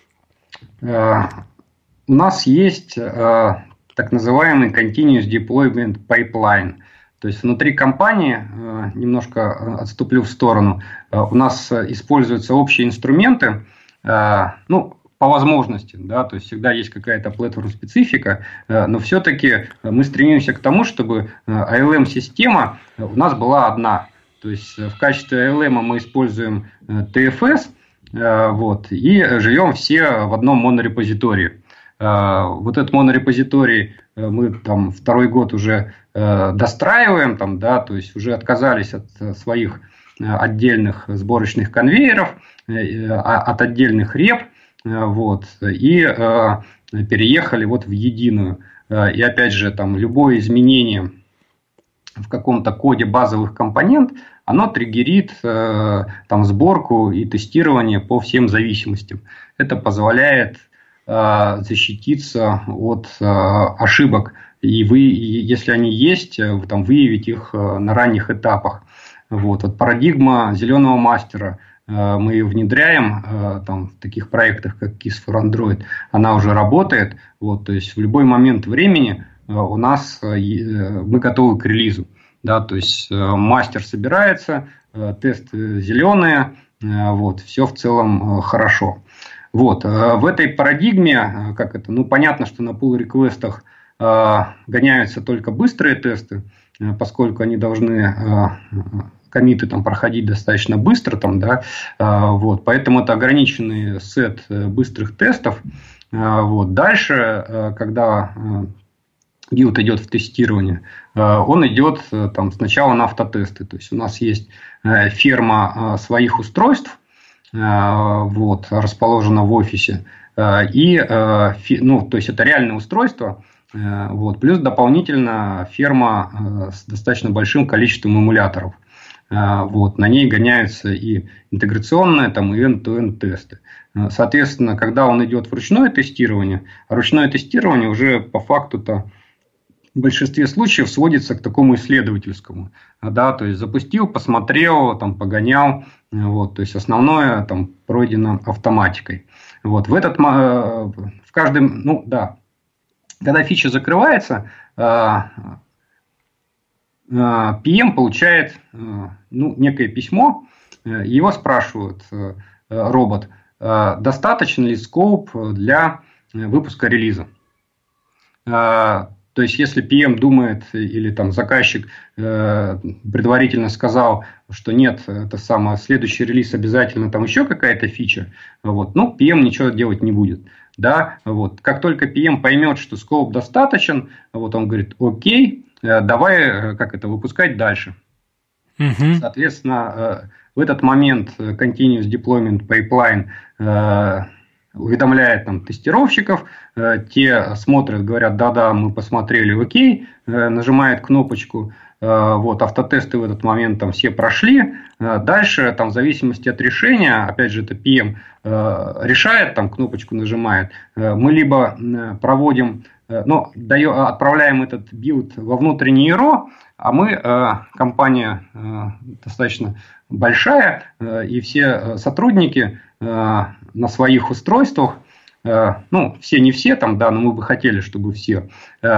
У нас есть... так называемый Continuous Deployment Pipeline. То есть внутри компании, немножко отступлю в сторону, у нас используются общие инструменты, ну, по возможности, да, то есть всегда есть какая-то платформ-специфика, но все-таки мы стремимся к тому, чтобы ALM-система у нас была одна. То есть в качестве ALM мы используем TFS, вот, и живем все в одном монорепозитории. Вот этот монорепозиторий мы там второй год уже достраиваем, там, да, то есть уже отказались от своих отдельных сборочных конвейеров, от отдельных реп, вот, и переехали вот в единую. И опять же, там любое изменение в каком-то коде базовых компонент, оно триггерит там сборку и тестирование по всем зависимостям. Это позволяет защититься от ошибок, и если они есть, там, выявить их на ранних этапах. Вот парадигма зеленого мастера, мы ее внедряем там, в таких проектах, как KISS for Android, она уже работает, вот, то есть в любой момент времени у нас мы готовы к релизу. Да, то есть мастер собирается, тесты зеленые, вот, все в целом хорошо. Вот, в этой парадигме, понятно, что на pull-реквестах гоняются только быстрые тесты, поскольку они должны коммиты там проходить достаточно быстро, там, да, вот, поэтому это ограниченный сет быстрых тестов. Вот. Дальше, когда билд идет в тестирование, он идет там, сначала на автотесты. То есть у нас есть ферма своих устройств, вот, расположена в офисе, и то есть это реальное устройство. Вот, плюс дополнительно ферма с достаточно большим количеством эмуляторов. Вот, на ней гоняются и интеграционные, там, и end-to-end тесты. Соответственно, когда он идет в ручное тестирование уже по факту-то в большинстве случаев сводится к такому исследовательскому. Да, то есть запустил, посмотрел, там, погонял. Вот, то есть основное там пройдено автоматикой. Вот, в каждом, когда фича закрывается, PM получает некое письмо, его спрашивают робот, достаточно ли скоуп для выпуска релиза. То есть, если PM думает или там заказчик предварительно сказал, что нет, следующий релиз обязательно там еще какая-то фича, вот, PM ничего делать не будет. Да, вот. Как только PM поймет, что скоуп достаточен, вот он говорит, окей, давай выпускать дальше. Соответственно, в этот момент Continuous Deployment Pipeline уведомляет там тестировщиков, те смотрят, говорят, да, мы посмотрели, окей, нажимает кнопочку, вот, автотесты в этот момент там все прошли, дальше там в зависимости от решения, опять же это PM решает, там кнопочку нажимает, мы либо проводим, отправляем этот билд во внутренний ИРО, а мы, компания достаточно большая, и все сотрудники на своих устройствах, все не все там, да, но мы бы хотели, чтобы все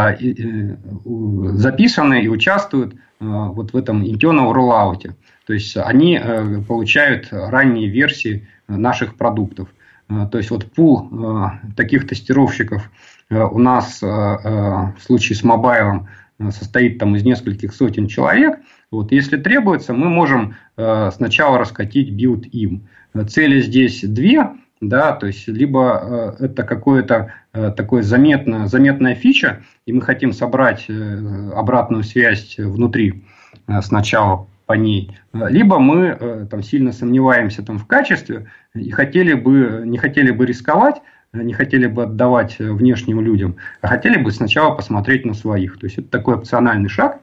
записаны и участвуют вот в этом internal rollout. То есть они получают ранние версии наших продуктов. То есть вот пул таких тестировщиков у нас в случае с мобайлом состоит там из нескольких сотен человек. Вот, если требуется, мы можем сначала раскатить билд им. Цели здесь две, да, то есть либо это какое-то такое заметная фича, и мы хотим собрать обратную связь внутри сначала по ней, либо мы там сильно сомневаемся там в качестве и не хотели бы рисковать, не хотели бы отдавать внешним людям, а хотели бы сначала посмотреть на своих. То есть это такой опциональный шаг.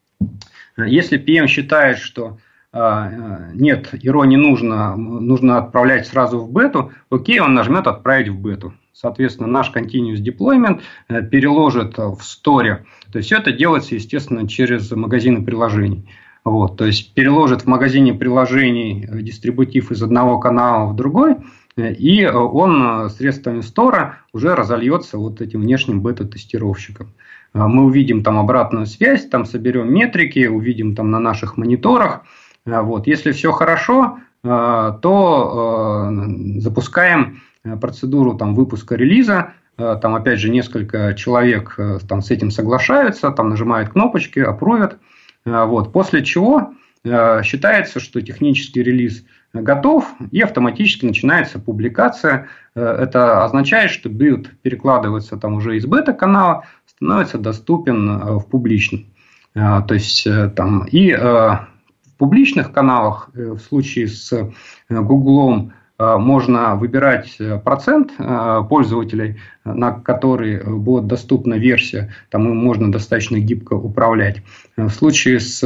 Если PM считает, что нет, ИРО не нужно отправлять сразу в бету, окей, он нажмет «Отправить в бету». Соответственно, наш Continuous Deployment переложит в сторе. То есть, все это делается, естественно, через магазины приложений. Вот, то есть, переложит в магазине приложений дистрибутив из одного канала в другой, и он средствами стора уже разольется вот этим внешним бета-тестировщиком. Мы увидим там обратную связь, там соберем метрики, увидим там на наших мониторах. Вот. Если все хорошо, то запускаем процедуру там, выпуска релиза. Там опять же несколько человек там, с этим соглашаются, там нажимают кнопочки, аппрувят. Вот. После чего считается, что технический релиз готов, и автоматически начинается публикация. Это означает, что билд перекладывается там уже из бета-канала, становится доступен в публичном. То есть там и в публичных каналах в случае с Гуглом можно выбирать процент пользователей, на который будет доступна версия, там им можно достаточно гибко управлять. В случае с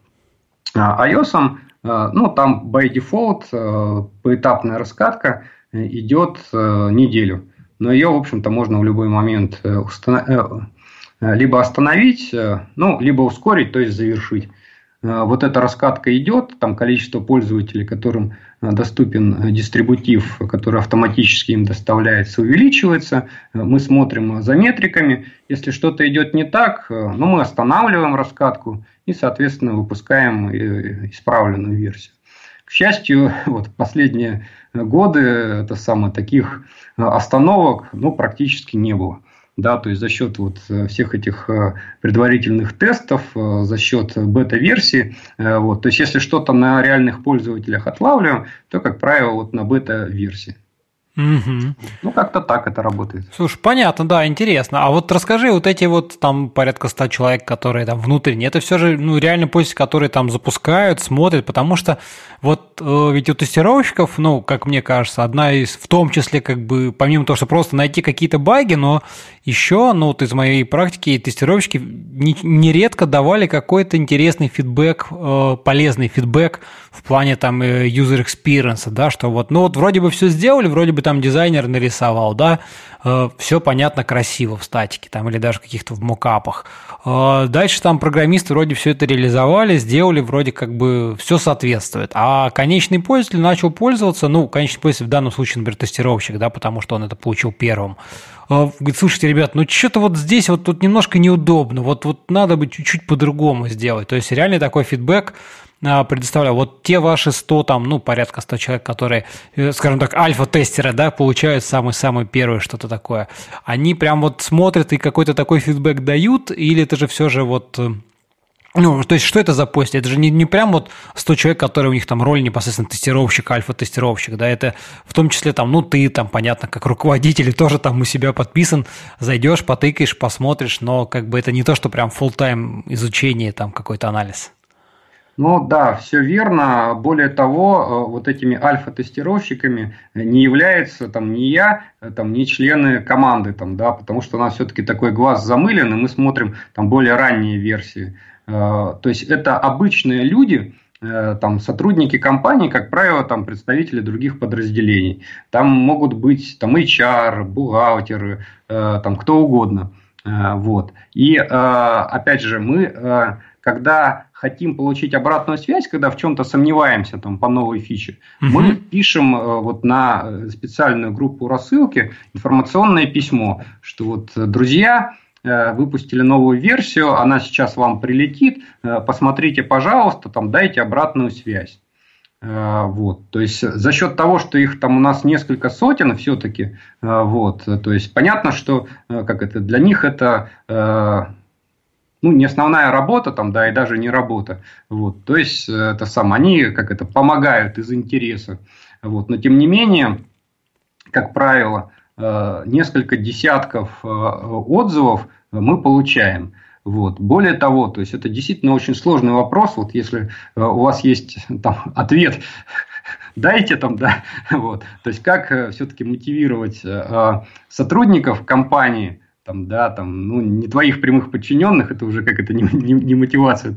iOS, там by default поэтапная раскатка идет неделю. Но ее, в общем-то, можно в любой момент либо остановить, либо ускорить, то есть завершить. вот эта раскатка идет, там количество пользователей, которым доступен дистрибутив, который автоматически им доставляется, увеличивается. Мы смотрим за метриками. Если что-то идет не так, мы останавливаем раскатку и, соответственно, выпускаем исправленную версию. К счастью, вот последние годы таких остановок практически не было. Да, то есть за счет вот всех этих предварительных тестов, за счет бета-версии, то есть если что-то на реальных пользователях отлавливаем, то, как правило, вот на бета-версии. Угу. Как-то так это работает. Слушай, понятно, да, интересно. А вот расскажи, вот эти вот там порядка 100 человек, которые там внутренние, это все же реально пользователи, которые там запускают, смотрят, потому что вот ведь у тестировщиков, как мне кажется, одна из, в том числе, помимо того, что просто найти какие-то баги, но еще, вот из моей практики, тестировщики нередко давали какой-то интересный фидбэк, полезный фидбэк в плане там user experience, да, что вот вроде бы все сделали, вроде бы там дизайнер нарисовал, да, все понятно, красиво в статике там или даже каких-то в мокапах. Дальше там программисты вроде все это реализовали, сделали, вроде все соответствует. А конечный пользователь начал пользоваться, конечный пользователь в данном случае, например, тестировщик, да, потому что он это получил первым. Говорит, слушайте, ребят, что-то вот здесь вот тут немножко неудобно, вот надо бы чуть-чуть по-другому сделать. То есть реально такой фидбэк предоставляю. Вот те ваши 100, порядка 100 человек, которые, скажем так, альфа-тестеры, да, получают самое-самое первое что-то такое, они прям вот смотрят и какой-то такой фидбэк дают, или это же все же вот... то есть, что это за пост? Это же не прям вот 100 человек, которые у них там роль непосредственно тестировщик, альфа-тестировщик, да, это в том числе там, ты там, понятно, как руководитель тоже там у себя подписан, зайдешь, потыкаешь, посмотришь, но это не то, что прям full-time изучение, там какой-то анализ. Да, все верно. Более того, вот этими альфа-тестировщиками не являются ни я, ни члены команды, потому что у нас все-таки такой глаз замылен, и мы смотрим более ранние версии. То есть это обычные люди, сотрудники компании, как правило, представители других подразделений. Там могут быть HR, бухгалтеры, кто угодно. Вот. И опять же, мы, когда хотим получить обратную связь, когда в чем-то сомневаемся по новой фиче, мы пишем на специальную группу рассылки информационное письмо, что друзья, выпустили новую версию, она сейчас вам прилетит, посмотрите, пожалуйста, дайте обратную связь. То есть за счет того, что их у нас несколько сотен все-таки, то есть понятно, что для них это не основная работа, и даже не работа. То есть они помогают из интереса. Но тем не менее, как правило, несколько десятков отзывов мы получаем. Более того, то есть это действительно очень сложный вопрос. Если у вас есть ответ, дайте да. То есть как все-таки мотивировать сотрудников компании, не твоих прямых подчиненных, это уже не мотивация,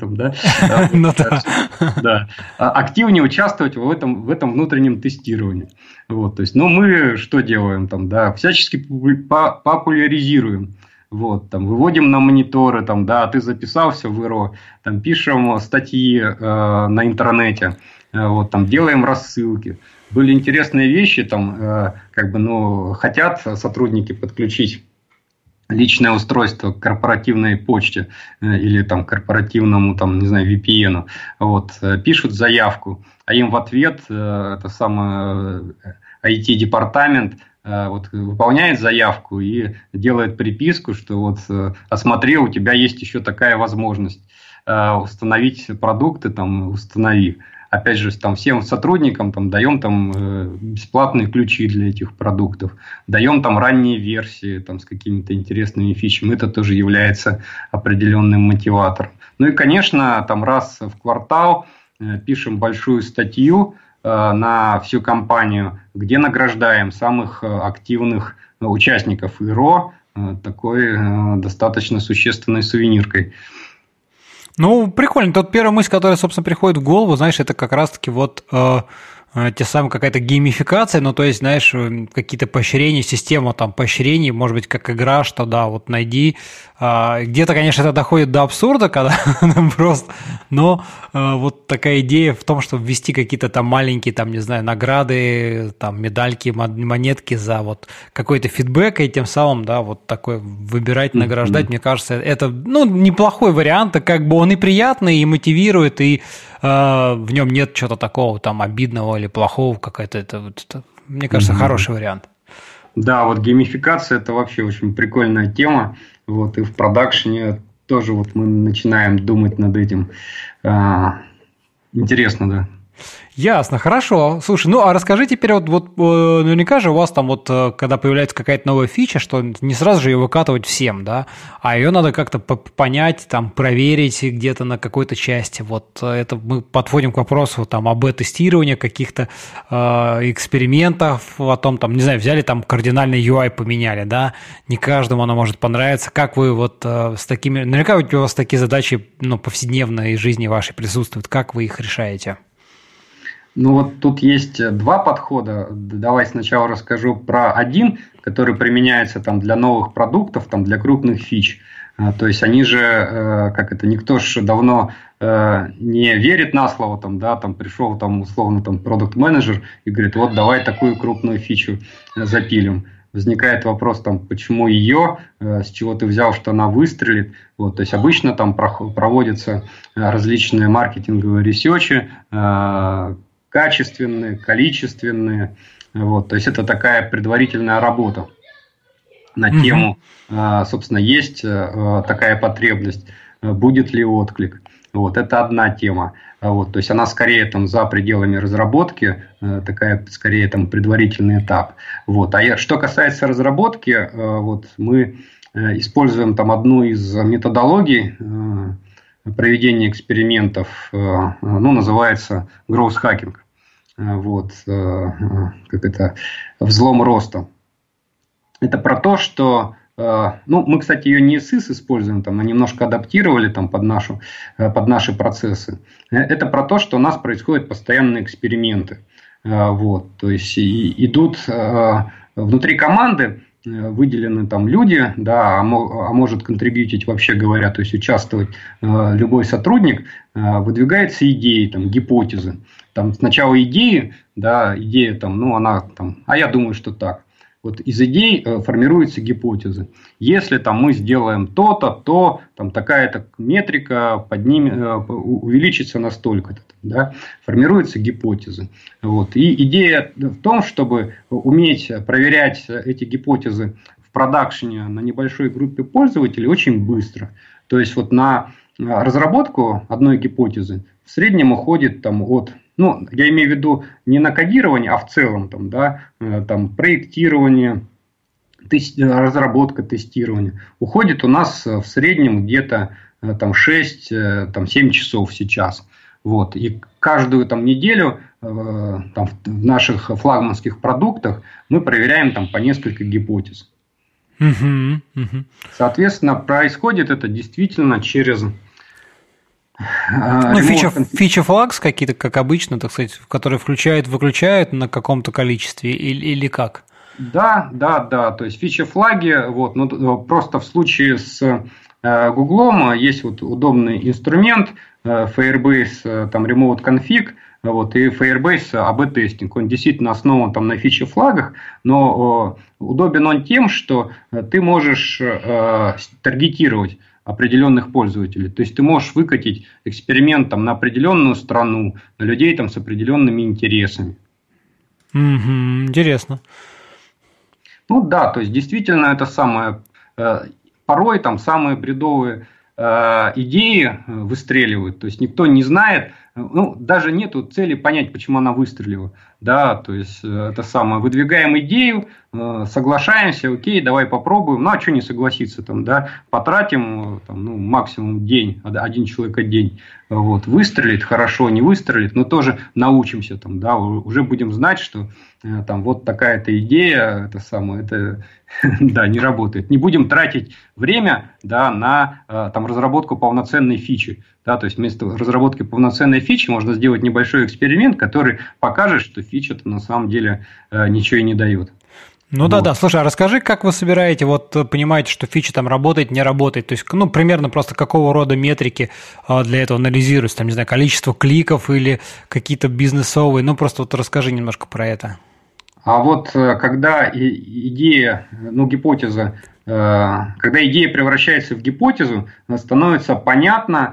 активнее участвовать в этом внутреннем тестировании. То есть, мы что делаем, всячески популяризируем. Выводим на мониторы, ты записался в ИРО, пишем статьи на интернете, делаем рассылки. Были интересные вещи, хотят сотрудники подключить личное устройство к корпоративной почте или корпоративному VPN, пишут заявку, а им в ответ IT-департамент выполняет заявку и делает приписку, что смотри, у тебя есть еще такая возможность установить продукты, установи. Опять же, всем сотрудникам даем бесплатные ключи для этих продуктов, даем ранние версии с какими-то интересными фичами. Это тоже является определенным мотиватором. И, конечно, раз в квартал пишем большую статью на всю компанию, где награждаем самых активных участников ИРО такой достаточно существенной сувениркой. Прикольно. Тут первая мысль, которая, собственно, приходит в голову, знаешь, это как раз-таки те самые какая-то геймификация, ну, то есть, знаешь, какие-то поощрения, система там поощрений, может быть, как игра, что да, вот найди. Где-то, конечно, это доходит до абсурда, когда просто, но вот такая идея в том, чтобы ввести какие-то там маленькие, там, не знаю, награды, там, медальки, монетки за вот какой-то фидбэк, и тем самым, да, вот такой выбирать, награждать, мне кажется, это, ну, неплохой вариант, как бы он и приятный, и мотивирует, и в нем нет чего-то такого там обидного или плохого, какая-то это мне кажется, хороший вариант. Да, вот геймификация – это вообще очень прикольная тема, вот, и в продакшене тоже вот мы начинаем думать над этим. Интересно, да. Ясно, хорошо. Слушай, ну а расскажи теперь, вот наверняка же у вас там вот, когда появляется какая-то новая фича, что не сразу же ее выкатывать всем, да, а ее надо как-то понять, там, проверить где-то на какой-то части. Вот это мы подводим к вопросу там АБ-тестирования, каких-то экспериментов, о том, там, не знаю, взяли там кардинальный UI поменяли, да, не каждому оно может понравиться. Как вы вот с такими, наверняка у вас такие задачи, ну, повседневной жизни вашей присутствуют, как вы их решаете? Ну вот тут есть два подхода. Давай сначала расскажу про один, который применяется там для новых продуктов, там для крупных фич. То есть они же, как это, никто же давно не верит на слово, там, да, там пришел там условно там продукт-менеджер и говорит, вот давай такую крупную фичу запилим. Возникает вопрос, там, почему ее, с чего ты взял, что она выстрелит. Вот, то есть обычно там проводятся различные маркетинговые ресерчи, качественные, количественные. Вот, то есть это такая предварительная работа на тему, собственно, есть такая потребность, будет ли отклик. Вот, это одна тема. Вот, то есть она скорее там за пределами разработки, такая скорее там предварительный этап. Вот. А что касается разработки, вот, мы используем там одну из методологий проведения экспериментов, ну, называется growth hacking. Вот, как это, взлом роста. Это про то, что, ну, мы, кстати, ее не SIS используем, там, мы немножко адаптировали там, под наши процессы. Это про то, что у нас происходят постоянные эксперименты. Вот, то есть идут внутри команды, выделены там люди, да, а может контрибьютить, вообще говоря, то есть участвовать любой сотрудник, выдвигаются идеи, там, гипотезы. Там сначала идеи, да, идея там, ну, она там, а я думаю, что так. Вот из идей формируются гипотезы. Если там мы сделаем то-то, то там такая-то метрика увеличится на столько-то, да, формируются гипотезы. Вот. И идея в том, чтобы уметь проверять эти гипотезы в продакшене на небольшой группе пользователей очень быстро. То есть вот на разработку одной гипотезы в среднем уходит там от, ну, я имею в виду не на кодирование, а в целом там, да, там проектирование, разработка, тестирование. Уходит у нас в среднем где-то там 6-7 часов сейчас. Вот. И каждую там неделю там, в наших флагманских продуктах мы проверяем там по несколько гипотез. Соответственно, происходит это действительно через... Ну, фича флагс какие-то, как обычно, так сказать, которые включают-выключают на каком-то количестве или как? Да. То есть фича флаги, вот, ну, просто в случае с Гуглом есть вот удобный инструмент Firebase, там Remote Config, вот, и Firebase AB-тестинг. Он действительно основан там на фича флагах, но удобен он тем, что ты можешь таргетировать определенных пользователей. То есть ты можешь выкатить эксперимент там, на определенную страну, на людей там, с определенными интересами. Интересно. Ну да, то есть действительно это самое, порой там самые бредовые идеи выстреливают. То есть никто не знает, ну, даже нету цели понять, почему она выстрелила. Да, то есть это самое, выдвигаем идею, соглашаемся, окей, давай попробуем. Ну, а что не согласиться там, да, потратим там, ну, максимум день, один человек день. Вот, выстрелит, хорошо, не выстрелит, но тоже научимся там, да, уже будем знать, что там вот такая-то идея, это Да, не работает. Не будем тратить время, да, на там, разработку полноценной фичи. Да, то есть вместо разработки полноценной фичи можно сделать небольшой эксперимент, который покажет, что фича-то на самом деле ничего и не дает. Ну вот. Да. Слушай, а расскажи, как вы собираете, вот понимаете, что фича там работает, не работает, то есть, ну, примерно просто какого рода метрики для этого анализируются, там, не знаю, количество кликов или какие-то бизнесовые, ну, просто вот расскажи немножко про это. А вот когда идея, ну, гипотеза, когда идея превращается в гипотезу, становится понятно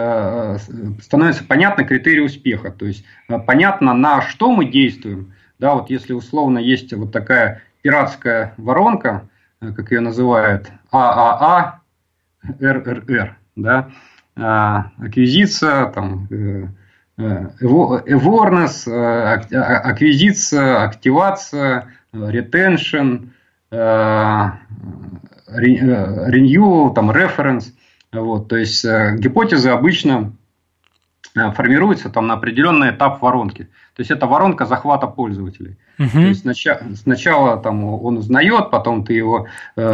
критерий успеха, то есть понятно, на что мы действуем. Да, вот если условно есть вот такая пиратская воронка, как ее называют, ААА, РРР, да, аквизиция, там, awareness, аквизиция, активация, retention, renew, там, reference. Вот, то есть гипотезы обычно формируются там на определенный этап воронки. То есть это воронка захвата пользователей. То есть сначала там он узнает, потом ты его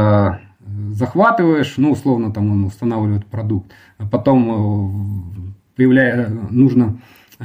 захватываешь, ну, условно, там он устанавливает продукт, а потом нужно,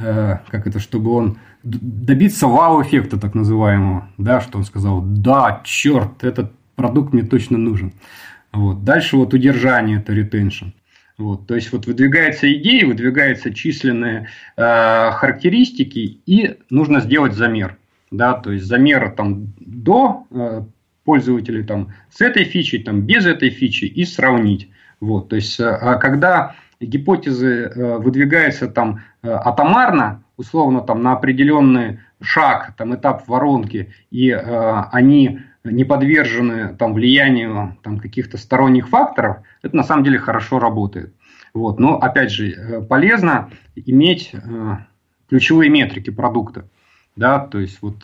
чтобы он добиться вау-эффекта, так называемого, да, что он сказал, да, черт, этот продукт мне точно нужен. Вот. Дальше вот удержание, это retention. Вот, то есть вот выдвигается идея, выдвигаются численные характеристики, и нужно сделать замер. Да, то есть замер там, до пользователей там, с этой фичей, там, без этой фичи и сравнить. Вот, то есть, когда гипотезы выдвигаются там, атомарно, условно там, на определенный шаг, там, этап воронки, и они не подвержены там, влиянию там, каких-то сторонних факторов, это на самом деле хорошо работает. Вот. Но опять же, полезно иметь ключевые метрики продукта. Да? То есть, вот,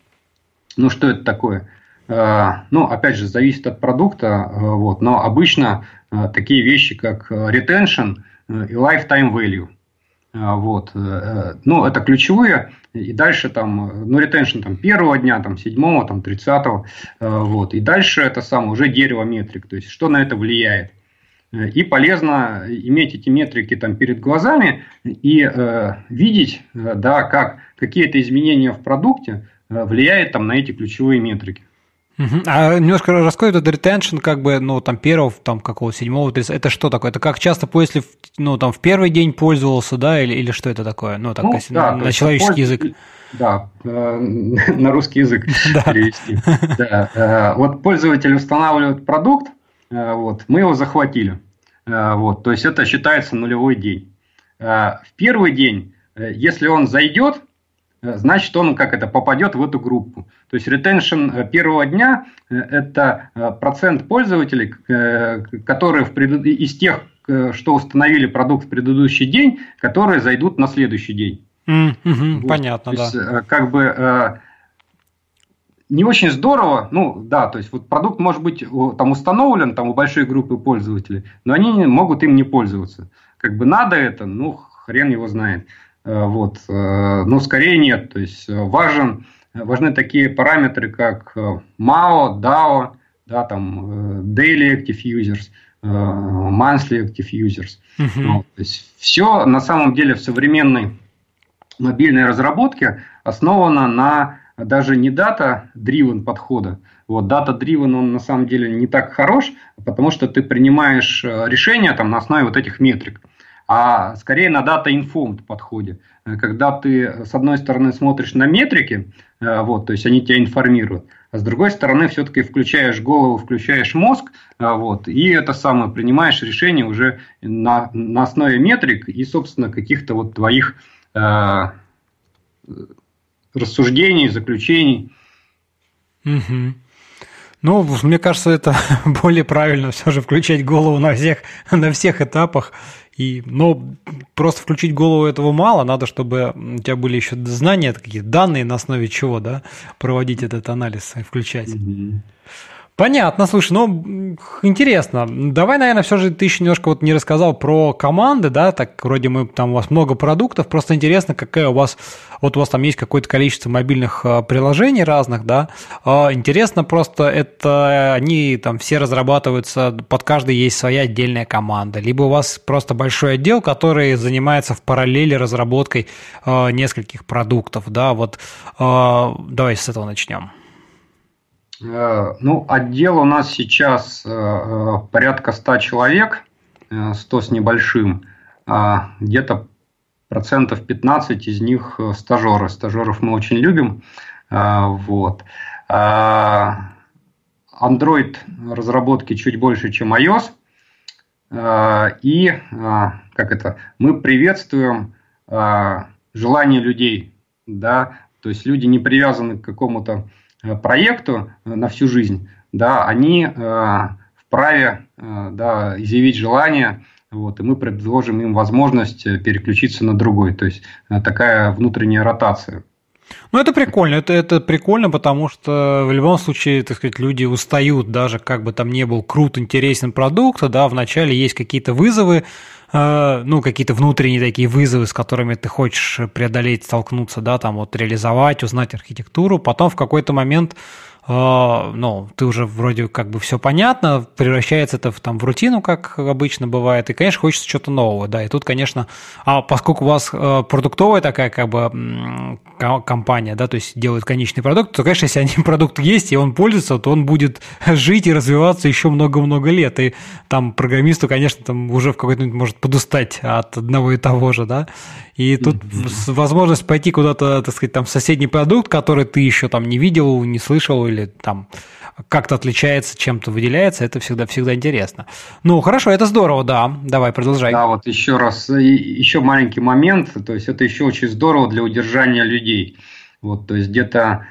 ну что это такое? Ну, опять же, зависит от продукта, вот, но обычно такие вещи, как retention и lifetime value. Вот. Ну, это ключевые, и дальше там, ну, retention там, первого дня, там, 7-го, там, 30-го, вот, и дальше это самое уже дерево метрик, то есть что на это влияет. И полезно иметь эти метрики там, перед глазами и видеть, да, как какие-то изменения в продукте влияют там, на эти ключевые метрики. А немножко раскрой этот retention, как бы, ну, там, первого, там, какого, 7-го, 30-го, это что такое? Это как часто, если, ну, там, в первый день пользовался, да, или что это такое? Ну, так, ну, если да, на человеческий язык. Да, на русский язык перевести. Вот пользователь устанавливает продукт, вот, мы его захватили. Вот, то есть, это считается нулевой день. В первый день, если он зайдет, значит, он попадет в эту группу. То есть, retention первого дня – это процент пользователей, которые из тех, что установили продукт в предыдущий день, которые зайдут на следующий день. Вот. Понятно, то есть, да. Не очень здорово, ну да, то есть вот продукт может быть там установлен там у большой группы пользователей, но они могут им не пользоваться. Надо это, ну хрен его знает. Вот. Но скорее нет. То есть важны такие параметры, как MAO, DAO, да, там, Daily Active Users, Monthly Active Users. Вот. То есть все на самом деле в современной мобильной разработке основано на даже не data-driven подхода. Вот, data-driven он на самом деле не так хорош, потому что ты принимаешь решения там, на основе вот этих метрик. А скорее на data-informed подходе, когда ты с одной стороны смотришь на метрики, вот, то есть они тебя информируют, а с другой стороны все-таки включаешь голову, включаешь мозг, вот, и это самое, принимаешь решение уже на основе метрик и, собственно, каких-то вот твоих рассуждений, заключений. Ну, мне кажется, это более правильно все же включать голову на всех этапах. Но просто включить голову этого мало, надо, чтобы у тебя были еще знания, какие-то данные, на основе чего, да, проводить этот анализ и включать. Понятно, слушай, интересно. Давай, наверное, все же ты еще немножко вот не рассказал про команды, да, так вроде там у вас много продуктов, просто интересно, какая у вас там есть какое-то количество мобильных приложений разных, да, интересно просто, это они там все разрабатываются, под каждый есть своя отдельная команда, либо у вас просто большой отдел, который занимается в параллели разработкой нескольких продуктов, да, вот давай с этого начнем. Отдел у нас сейчас порядка 100 человек, 100 с небольшим, где-то 15% из них стажеры. Стажеров мы очень любим. Вот. Android разработки чуть больше, чем iOS. И мы приветствуем желание людей, да, то есть люди не привязаны к какому-то проекту на всю жизнь, да, они вправе изъявить желание, вот, и мы предложим им возможность переключиться на другой, то есть такая внутренняя ротация. Это прикольно, это прикольно, потому что в любом случае, так сказать, люди устают, даже как бы там не был крут, интересен продукт, да, вначале есть какие-то вызовы, какие-то внутренние такие вызовы, с которыми ты хочешь преодолеть, столкнуться, да, там вот реализовать, узнать архитектуру, потом в какой-то момент ты уже вроде как бы все понятно, превращается это в рутину, как обычно бывает, и, конечно, хочется чего-то нового, да, и тут, конечно, поскольку у вас продуктовая такая как бы компания, да, то есть делают конечный продукт, то, конечно, если один продукт есть, и он пользуется, то он будет жить и развиваться еще много-много лет, и там программисту, конечно, там уже в какой-то момент может подустать от одного и того же, да, и тут возможность пойти куда-то, так сказать, там в соседний продукт, который ты еще там не видел, не слышал или там как-то отличается, чем-то выделяется, это всегда интересно. Хорошо, это здорово, да, давай, продолжай. Да, вот еще раз, еще маленький момент, то есть это еще очень здорово для удержания людей. Вот, то есть где-то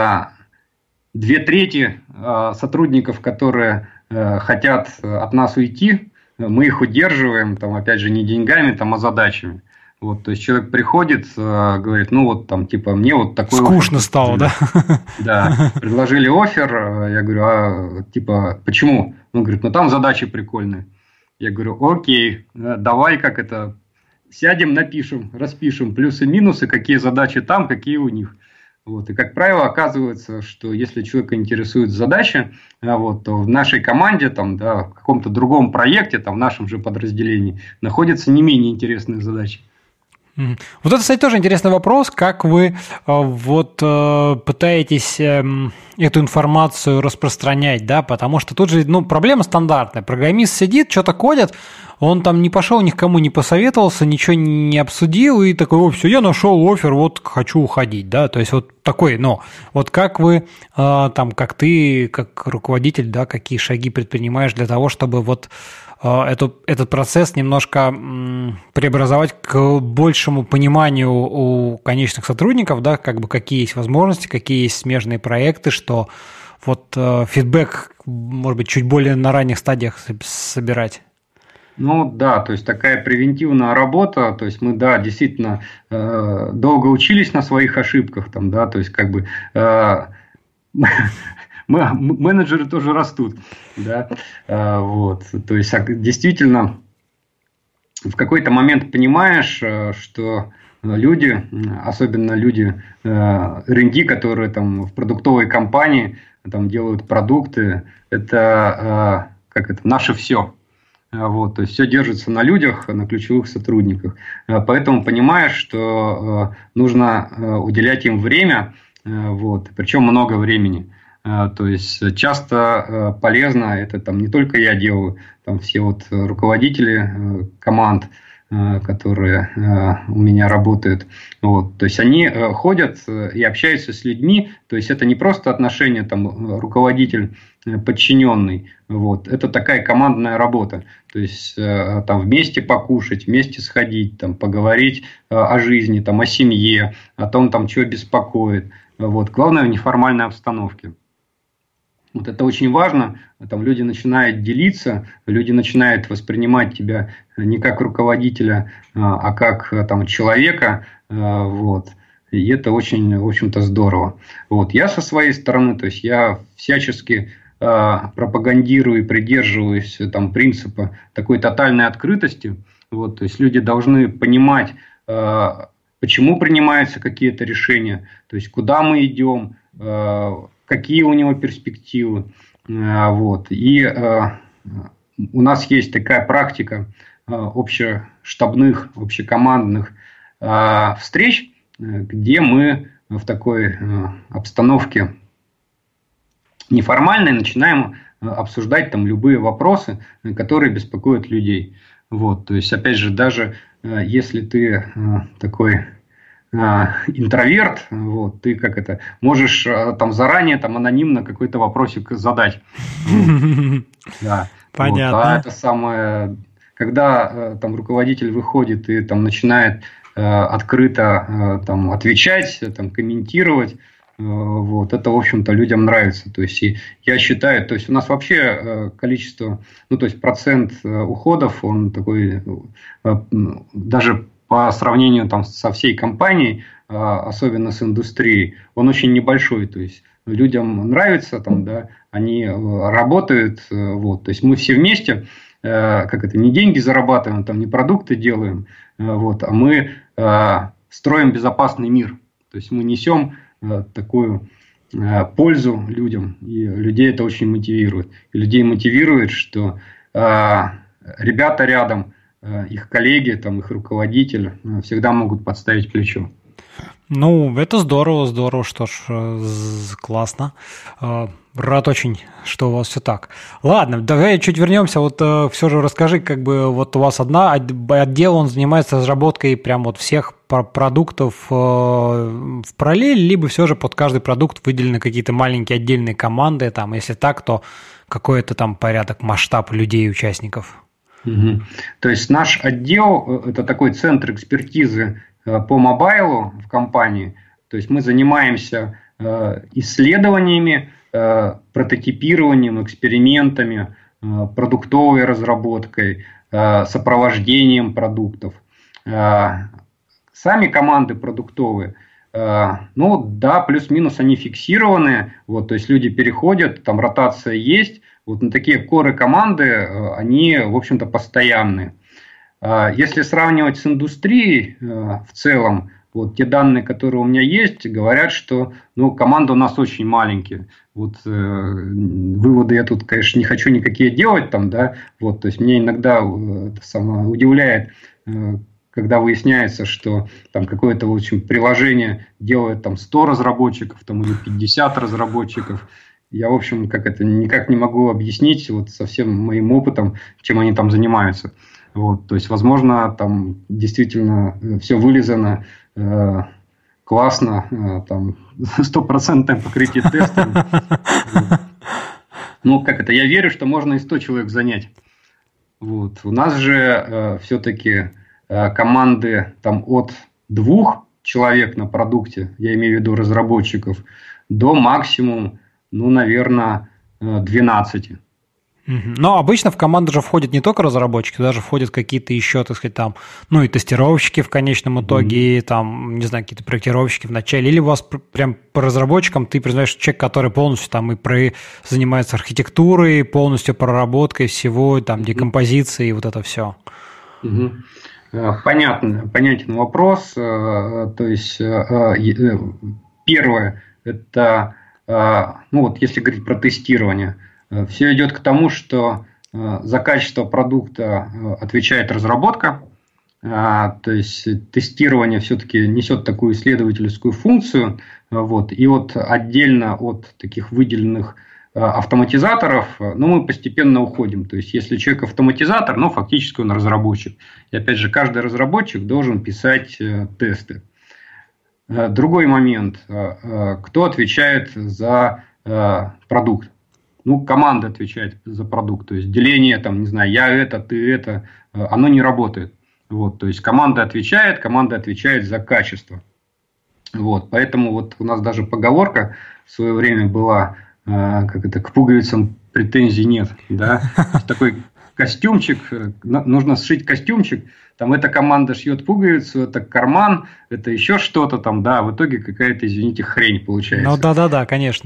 2/3 сотрудников, которые хотят от нас уйти, мы их удерживаем, там, опять же, не деньгами, там, а задачами. Вот, то есть человек приходит, говорит, мне вот такой скучно оффер стало, да? Да, предложили оффер, я говорю, почему? Он говорит, там задачи прикольные. Я говорю, окей, давай сядем, распишем плюсы-минусы, какие задачи там, какие у них. Вот, и, как правило, оказывается, что если человека интересуют задачи, то в нашей команде, в каком-то другом проекте, в нашем же подразделении, находятся не менее интересные задачи. Вот это, кстати, тоже интересный вопрос, как вы пытаетесь эту информацию распространять, да, потому что тут же, проблема стандартная, программист сидит, что-то кодит, он там не пошел, никому не посоветовался, ничего не обсудил и такой, все, я нашел оффер, хочу уходить, да, то есть вот такой, как вы, как ты, как руководитель, да, какие шаги предпринимаешь для того, чтобы этот процесс немножко преобразовать к большему пониманию у конечных сотрудников, да, как бы какие есть возможности, какие есть смежные проекты, что фидбэк, может быть, чуть более на ранних стадиях собирать. То есть такая превентивная работа, то есть мы, да, действительно долго учились на своих ошибках, то есть менеджеры тоже растут, да, то есть действительно в какой-то момент понимаешь, что люди, особенно люди R&D, которые в продуктовой компании делают продукты, это наше все. То есть все держится на людях, на ключевых сотрудниках. Поэтому понимаешь, что нужно уделять им время, причем много времени. То есть часто полезно, это не только я делаю, все руководители команд, которые у меня работают, то есть они ходят и общаются с людьми, то есть это не просто отношение руководитель-подчиненный, это такая командная работа, то есть вместе покушать, вместе сходить, поговорить о жизни, о семье, о том, что беспокоит, главное в неформальной обстановке. Это очень важно, люди начинают делиться, люди начинают воспринимать тебя не как руководителя, а как человека, и это очень, в общем-то, здорово. Я со своей стороны, то есть я всячески пропагандирую и придерживаюсь там принципа такой тотальной открытости. Вот, то есть люди должны понимать, почему принимаются какие-то решения, то есть куда мы идем, какие у него перспективы. Вот. И у нас есть такая практика общештабных, общекомандных встреч, где мы в такой обстановке неформальной начинаем обсуждать там любые вопросы, которые беспокоят людей. Вот, то есть, опять же, даже если ты такой интроверт, вот, ты можешь там заранее там анонимно какой-то вопросик задать. Да. Понятно. Вот. А это самое, когда там руководитель выходит и там начинает открыто там отвечать, там комментировать, вот, это, в общем-то, людям нравится. То есть, и я считаю, то есть, у нас вообще количество, ну, то есть, процент уходов, он такой, даже по сравнению там со всей компанией, особенно с индустрией, он очень небольшой. То есть, людям нравится, там, да, они работают, вот, то есть, мы все вместе, не деньги зарабатываем, там, не продукты делаем, вот, а мы строим безопасный мир. То есть, мы несем такую пользу людям, и людей это очень мотивирует. И людей мотивирует, что ребята рядом, их коллеги, там, их руководитель всегда могут подставить плечо. Ну, это здорово, здорово, что ж, классно. Рад очень, что у вас все так. Ладно, давай чуть вернемся. Вот все же расскажи, вот у вас отдел, он занимается разработкой прям вот всех продуктов в параллель, либо все же под каждый продукт выделены какие-то маленькие отдельные команды, там, если так, то какой-то там порядок, масштаб людей, участников. Угу. То есть наш отдел – это такой центр экспертизы по мобайлу в компании. То есть мы занимаемся исследованиями, прототипированием, экспериментами, продуктовой разработкой, сопровождением продуктов. Сами команды продуктовые, ну да, плюс-минус они фиксированные, вот, то есть люди переходят, там ротация есть, вот на такие коры команды, они, в общем-то, постоянные. Если сравнивать с индустрией в целом, вот те данные, которые у меня есть, говорят, что команда у нас очень маленькие. Вот, выводы я тут, конечно, не хочу никакие делать, там, да, вот, то есть мне иногда это самое удивляет, когда выясняется, что там какое-то, в общем, приложение делает там 100 разработчиков там, или 50 разработчиков. Я, в общем, никак не могу объяснить вот со всем моим опытом, чем они там занимаются. Вот, то есть, возможно, там действительно все вылизано классно, там 100% покрытие тестами. Ну, я верю, что можно и 100 человек занять. Вот. У нас же все-таки команды там от 2 человек на продукте, я имею в виду разработчиков, до максимум, наверное, 12. Но обычно в команду же входят не только разработчики, даже входят какие-то еще, так сказать, там, и тестировщики в конечном итоге, и там, не знаю, какие-то проектировщики в начале, или у вас прям по разработчикам ты признаешь человек, который полностью там занимается архитектурой, полностью проработкой всего, там, декомпозицией и вот это все. Понятен вопрос. То есть, первое, это, если говорить про тестирование, все идет к тому, что за качество продукта отвечает разработка, то есть тестирование все-таки несет такую исследовательскую функцию, вот, и вот отдельно от таких выделенных автоматизаторов, мы постепенно уходим. То есть, если человек автоматизатор, фактически он разработчик. И опять же, каждый разработчик должен писать тесты. Другой момент. Кто отвечает за продукт? Команда отвечает за продукт. То есть, деление, там, не знаю, я это, ты это, оно не работает. Вот, то есть, команда отвечает за качество. Вот, поэтому вот у нас даже поговорка в свое время была, к пуговицам претензий нет. Да? Такой костюмчик, нужно сшить костюмчик, там эта команда шьет пуговицу, это карман, это еще что-то там, да, в итоге какая-то, извините, хрень получается. Да, конечно.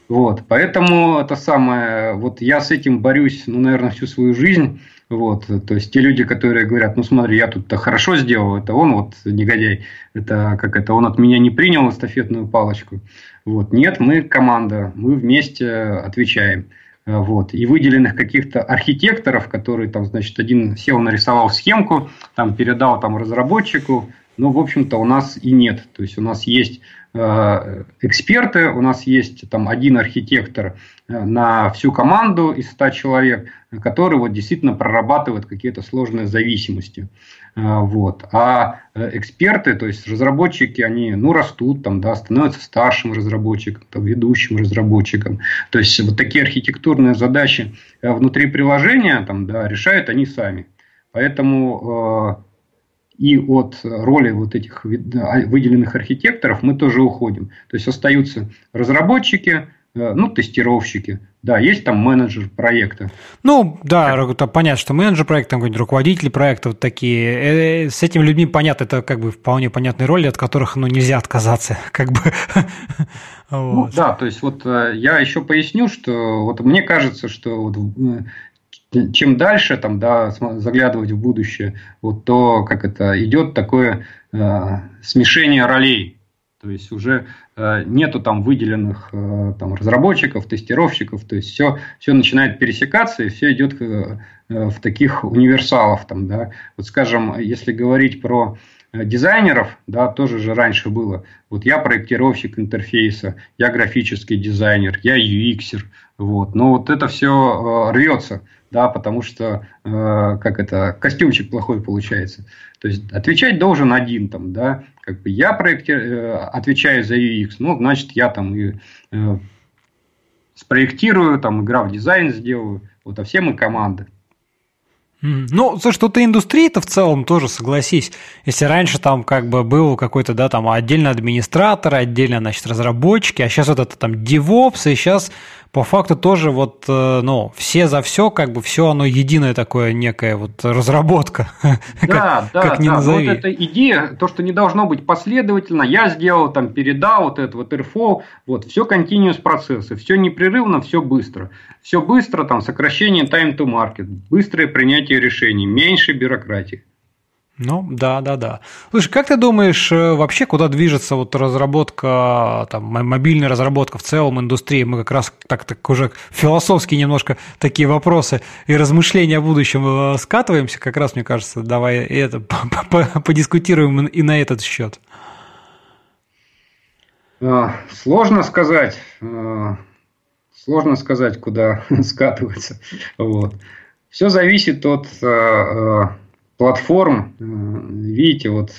Вот, поэтому это самое, вот я с этим борюсь, ну, наверное, всю свою жизнь. Вот, то есть те люди, которые говорят, ну смотри, я тут-то хорошо сделал, это он вот негодяй, это как это, он от меня не принял эстафетную палочку. Вот, нет, мы команда, мы вместе отвечаем. Вот. И выделенных каких-то архитекторов, которые там, значит, один сел, нарисовал схемку, там передал там разработчику, ну, в общем-то, у нас и нет. То есть у нас есть эксперты, у нас есть там один архитектор на всю команду из 100 человек, который вот действительно прорабатывает какие-то сложные зависимости. Вот. А эксперты, то есть разработчики, они ну, растут, там, да, становятся старшим разработчиком, там, ведущим разработчиком. То есть вот такие архитектурные задачи внутри приложения там, да, решают они сами. Поэтому и от роли вот этих выделенных архитекторов мы тоже уходим. То есть остаются разработчики, ну, тестировщики. Да, есть там менеджер проекта. Ну, да, это понятно, что менеджер проекта, какой-нибудь руководитель проекта, вот такие. С этими людьми понятно, это как бы вполне понятные роли, от которых ну, нельзя отказаться. Как бы. Ну, да, то есть вот я еще поясню, что вот мне кажется, что вот, чем дальше там, да, заглядывать в будущее, вот, то как это идет такое смешение ролей. То есть уже нету там выделенных там, разработчиков, тестировщиков, то есть все начинает пересекаться и все идет в таких универсалов. Там, да. Вот скажем, если говорить про дизайнеров, да, тоже же раньше было. Вот я проектировщик интерфейса, я графический дизайнер, я UX-ер. Вот. Но вот это все рвется, да, потому что как это, костюмчик плохой получается. То есть отвечать должен один там, да, как бы я отвечаю за UX, ну, значит, я там и спроектирую, там, граф-дизайн сделаю, вот, а все мы команда. Ну, слушай, тут и индустрия-то в целом тоже, согласись. Если раньше там как бы был какой-то, да, там отдельно администратор, отдельно, значит, разработчики, а сейчас вот это там DevOps, и сейчас по факту тоже вот, ну, все за все, как бы все оно единое такое, некая вот разработка. Да, как ни назови. Вот эта идея, то, что не должно быть последовательно, я сделал, там, передал, вот это вот Airflow, вот, все continuous процессы, все непрерывно, все быстро. Все быстро, там, сокращение time to market, быстрое принятие решений, меньше бюрократии. Ну, да. Слушай, как ты думаешь, вообще куда движется вот разработка, там, мобильная разработка в целом, индустрии? Мы как раз так уже философски немножко такие вопросы и размышления о будущем скатываемся. Как раз, мне кажется, давай это подискутируем и на этот счет. Сложно сказать, куда скатываться. Вот. Все зависит от платформ. Видите, вот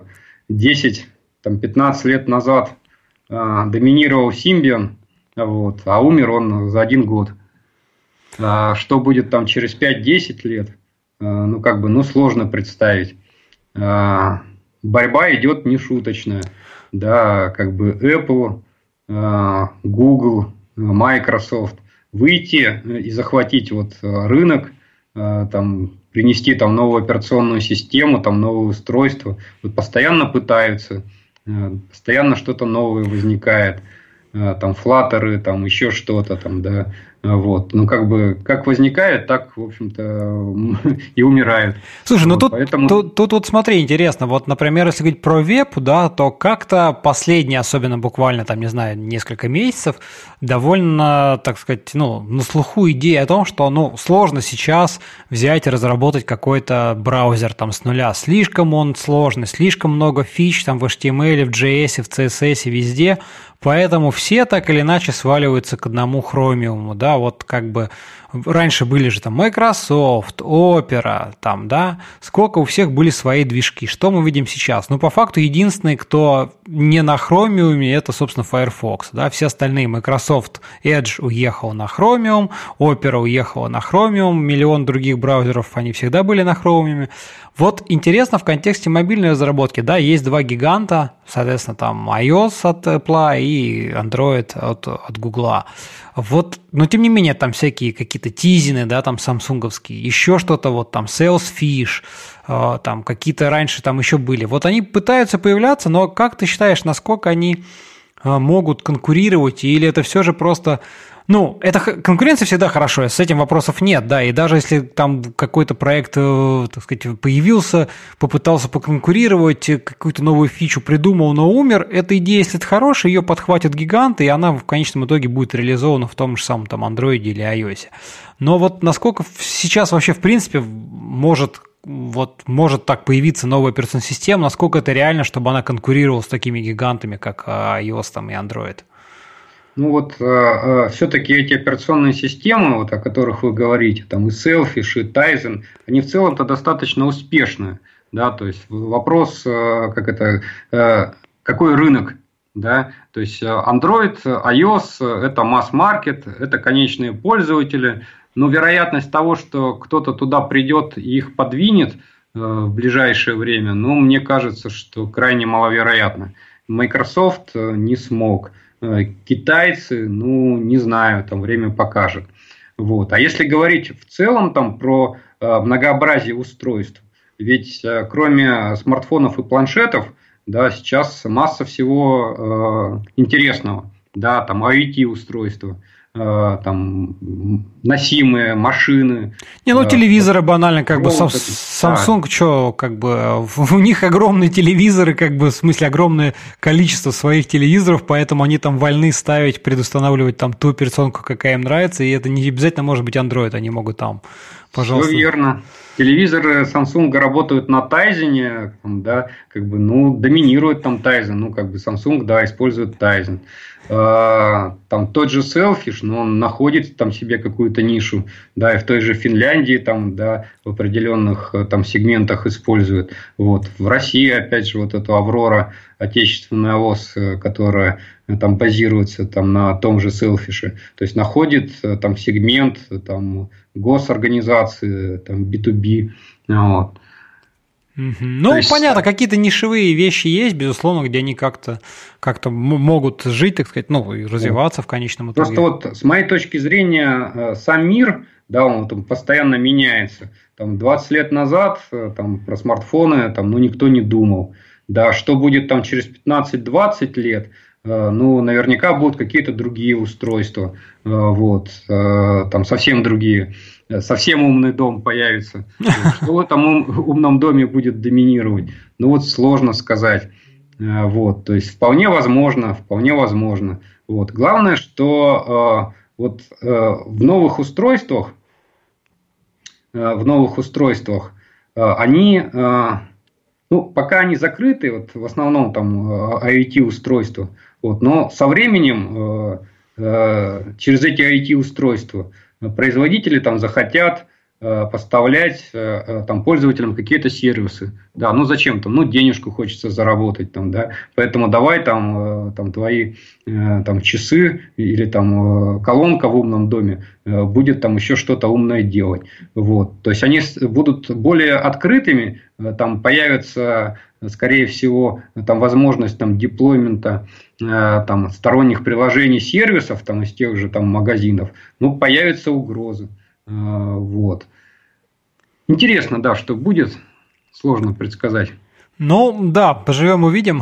10-15 лет назад доминировал Symbian, вот, а умер он за 1 год. Что будет там через 5-10 лет, ну, как бы, ну, сложно представить. Борьба идет нешуточная. Да, как бы Apple, Google, Microsoft. Выйти и захватить вот рынок, там, принести там новую операционную систему, там новое устройство. Вот постоянно пытаются, постоянно что-то новое возникает, там Flutter, там еще что-то там, да. Вот. Ну, как бы, как возникает, так, в общем-то, и умирает. Слушай, ну вот, тут вот смотри, интересно, вот, например, если говорить про веб, да, то как-то последние, особенно буквально, там, не знаю, несколько месяцев, довольно, так сказать, ну, на слуху идея о том, что, ну, сложно сейчас взять и разработать какой-то браузер там с нуля. Слишком он сложный, слишком много фич там в HTML, в JS, в CSS, везде, поэтому все так или иначе сваливаются к одному Chromium, да, вот как бы раньше были же там Microsoft, Opera, там, да, сколько у всех были свои движки. Что мы видим сейчас? Ну, по факту, единственный, кто не на Chromium, это, собственно, Firefox, да, все остальные, Microsoft Edge уехал на Chromium, Opera уехала на Chromium, миллион других браузеров, они всегда были на Chromium. Вот интересно в контексте мобильной разработки, да, есть два гиганта, соответственно, там iOS от Apple и Android от Google. Вот, но тем не менее, там всякие какие-то тизины, да, там самсунговские, еще что-то, вот там Salesfish, там какие-то раньше там еще были. Вот они пытаются появляться, но как ты считаешь, насколько они могут конкурировать, или это все же просто... Ну, это конкуренция всегда хорошо, с этим вопросов нет, да, и даже если там какой-то проект, так сказать, появился, попытался поконкурировать, какую-то новую фичу придумал, но умер, эта идея, если это хорошая, ее подхватят гиганты, и она в конечном итоге будет реализована в том же самом там Android или iOS. Но вот насколько сейчас вообще в принципе может так появиться новая операционная система, насколько это реально, чтобы она конкурировала с такими гигантами, как iOS там, и Android? Ну вот, все-таки эти операционные системы, вот, о которых вы говорите, там и Selfish, и Tizen, они в целом-то достаточно успешны, да, то есть вопрос, какой рынок, да, то есть Android, iOS – это масс-маркет, это конечные пользователи, но вероятность того, что кто-то туда придет и их подвинет в ближайшее время, ну, мне кажется, что крайне маловероятно. Microsoft не смог. Китайцы, ну, не знаю, там время покажет. Вот. А если говорить в целом там про многообразие устройств, ведь кроме смартфонов и планшетов, да, сейчас масса всего интересного, да, там IoT-устройства, там носимые машины. Телевизоры банально, как бы Samsung, да. Что, как бы у них огромные телевизоры, как бы в смысле огромное количество своих телевизоров, поэтому они там вольны ставить, предустанавливать там ту операционку, какая им нравится, и это не обязательно может быть Android, они могут там, пожалуйста. Все верно. Телевизоры Samsung работают на Tizen, да, как бы, ну, доминирует там Tizen, ну, как бы Samsung, да, использует Tizen. Там тот же Selfish, но он находит там себе какую-то нишу, да, и в той же Финляндии там, да, в определенных там сегментах используют. Вот. В России, опять же, вот эту Аврора, отечественная ОС, которая там базируется там на том же Selfish, то есть находит там сегмент там госорганизации, там B2B, вот. Ну, есть, понятно, какие-то нишевые вещи есть, безусловно, где они как-то могут жить, так сказать, ну, и развиваться в конечном итоге. Просто вот с моей точки зрения сам мир, да, он там постоянно меняется. Там 20 лет назад там, про смартфоны там, ну, никто не думал. Да, что будет там через 15-20 лет, ну, наверняка будут какие-то другие устройства, вот, там совсем другие. Совсем умный дом появится. Что в этом умном доме будет доминировать? Ну, вот сложно сказать. Вот, то есть, вполне возможно. Вот. Главное, что вот в новых устройствах они, ну, пока они закрыты, вот, в основном там IoT-устройства, вот, но со временем через эти IoT-устройства производители там захотят поставлять там пользователям какие-то сервисы. Да, ну зачем там? Ну, денежку хочется заработать там, да. Поэтому давай там твои там часы или там колонка в умном доме будет там еще что-то умное делать. Вот. То есть они будут более открытыми, там появится, скорее всего, там возможность там деплоймента там сторонних приложений, сервисов там из тех же там магазинов. Ну, появятся угрозы. Вот. Интересно, да, что будет, сложно предсказать. Ну, да, поживем, увидим.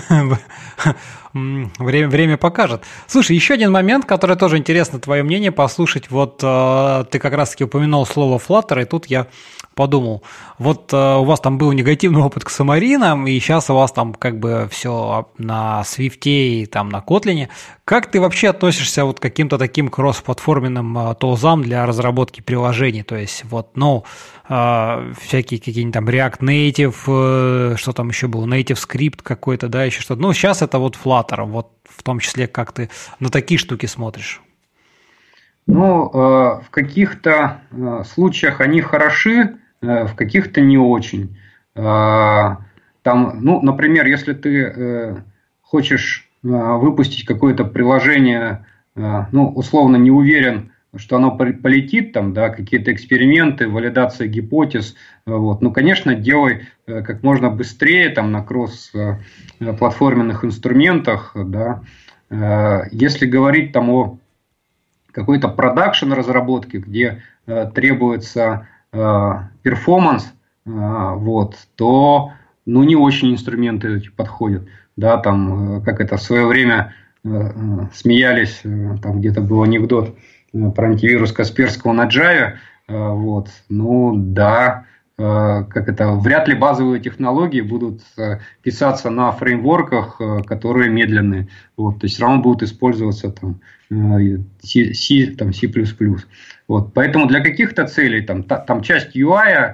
Время покажет. Слушай, еще один момент, который тоже интересно твое мнение послушать. Вот ты как раз-таки упомянул слово Flutter, и тут я подумал, вот у вас там был негативный опыт к Xamarin, и сейчас у вас там как бы все на Swift и там на Kotlin. Как ты вообще относишься вот к каким-то таким кроссплатформенным тулзам для разработки приложений? То есть вот, ну, всякие какие-нибудь там React Native, что там еще было, Native Script какой-то, да, еще что-то. Ну, сейчас это вот Flutter, вот в том числе, как ты на такие штуки смотришь? Ну, в каких-то случаях они хороши, в каких-то не очень. Там, ну, например, если ты хочешь выпустить какое-то приложение, ну, условно не уверен, что оно полетит, там, да, какие-то эксперименты, валидация гипотез, вот. Ну, конечно, делай как можно быстрее там, на кросс-платформенных инструментах, да. Если говорить там о какой-то продакшн разработке, где требуется перформанс, вот, то, ну, не очень инструменты эти подходят, да, там, как это в свое время смеялись, там где-то был анекдот про антивирус Касперского на Java. Вот. Ну да, вряд ли базовые технологии будут писаться на фреймворках, которые медленные. Вот. То есть все равно будут использоваться там, C, там, C++. Вот. Поэтому для каких-то целей там часть UI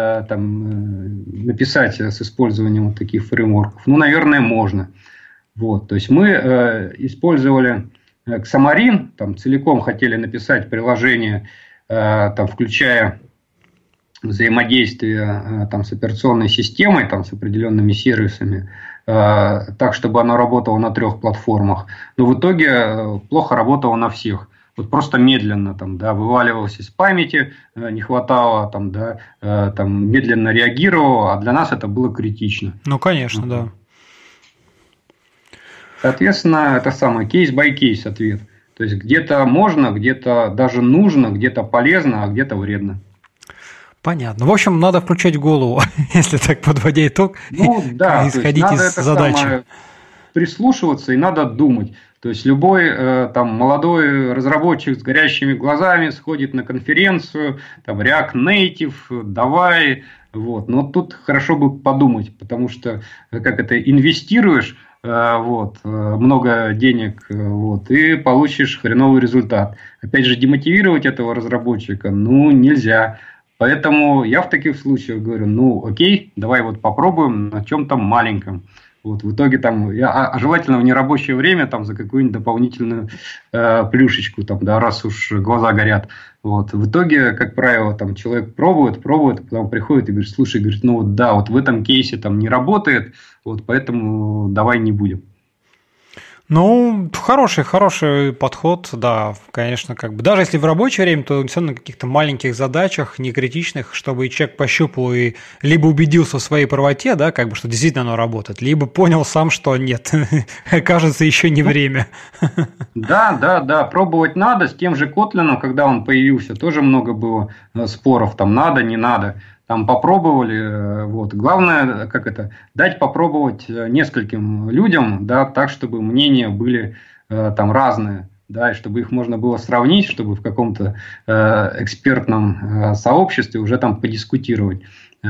написать с использованием вот таких фреймворков, ну, наверное, можно. Вот. То есть мы использовали Xamarin, там целиком хотели написать приложение, там, включая взаимодействие там, с операционной системой, там, с определенными сервисами, так, чтобы оно работало на 3 платформах. Но в итоге плохо работало на всех. Вот просто медленно там, да, вываливалось из памяти, не хватало, там, да, там, медленно реагировало, а для нас это было критично. Ну, конечно, да. Соответственно, это самый кейс-бай-кейс ответ. То есть где-то можно, где-то даже нужно, где-то полезно, а где-то вредно. Понятно. В общем, надо включать голову, если так подводя итог, исходить из задачи. Прислушиваться и надо думать. То есть любой там, молодой разработчик с горящими глазами сходит на конференцию, там React Native, давай. Вот. Но тут хорошо бы подумать, потому что инвестируешь много денег, и получишь хреновый результат. Опять же, демотивировать этого разработчика нельзя. Поэтому я в таких случаях говорю, окей, давай попробуем на чем-то маленьком. Вот, в итоге желательно в нерабочее время за какую-нибудь дополнительную плюшечку, раз уж глаза горят. Вот. В итоге, как правило, человек пробует, потом приходит и говорит, слушай, в этом кейсе не работает, поэтому давай не будем. Хороший подход, да, конечно, даже если в рабочее время, то все равно на каких-то маленьких задачах, не критичных, чтобы человек пощупал и либо убедился в своей правоте, да, что действительно оно работает, либо понял сам, что нет, кажется, еще не время. Да, пробовать надо. С тем же Kotlin, когда он появился, тоже много было споров, надо, не надо. Попробовали, главное, дать попробовать нескольким людям, да, так, чтобы мнения были разные, да, и чтобы их можно было сравнить, чтобы в каком-то экспертном сообществе уже подискутировать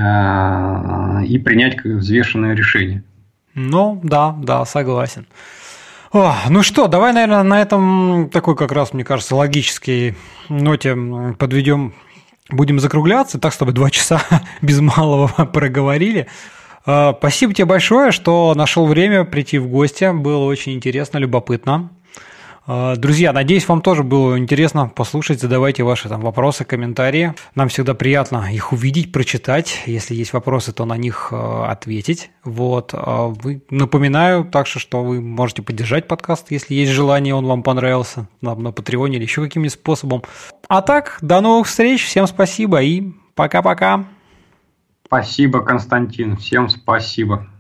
и принять взвешенное решение. Да, согласен. Давай, наверное, на этом такой как раз, мне кажется, логической ноте подведем. Будем закругляться, так, чтобы 2 часа без малого проговорили. Спасибо тебе большое, что нашел время прийти в гости. Было очень интересно, любопытно. Друзья, надеюсь, вам тоже было интересно послушать. Задавайте ваши вопросы, комментарии. Нам всегда приятно их увидеть, прочитать. Если есть вопросы, то на них ответить. Напоминаю также, что вы можете поддержать подкаст, если есть желание, он вам понравился, на Патреоне или еще каким-нибудь способом. А так, до новых встреч. Всем спасибо и пока-пока. Спасибо, Константин. Всем спасибо.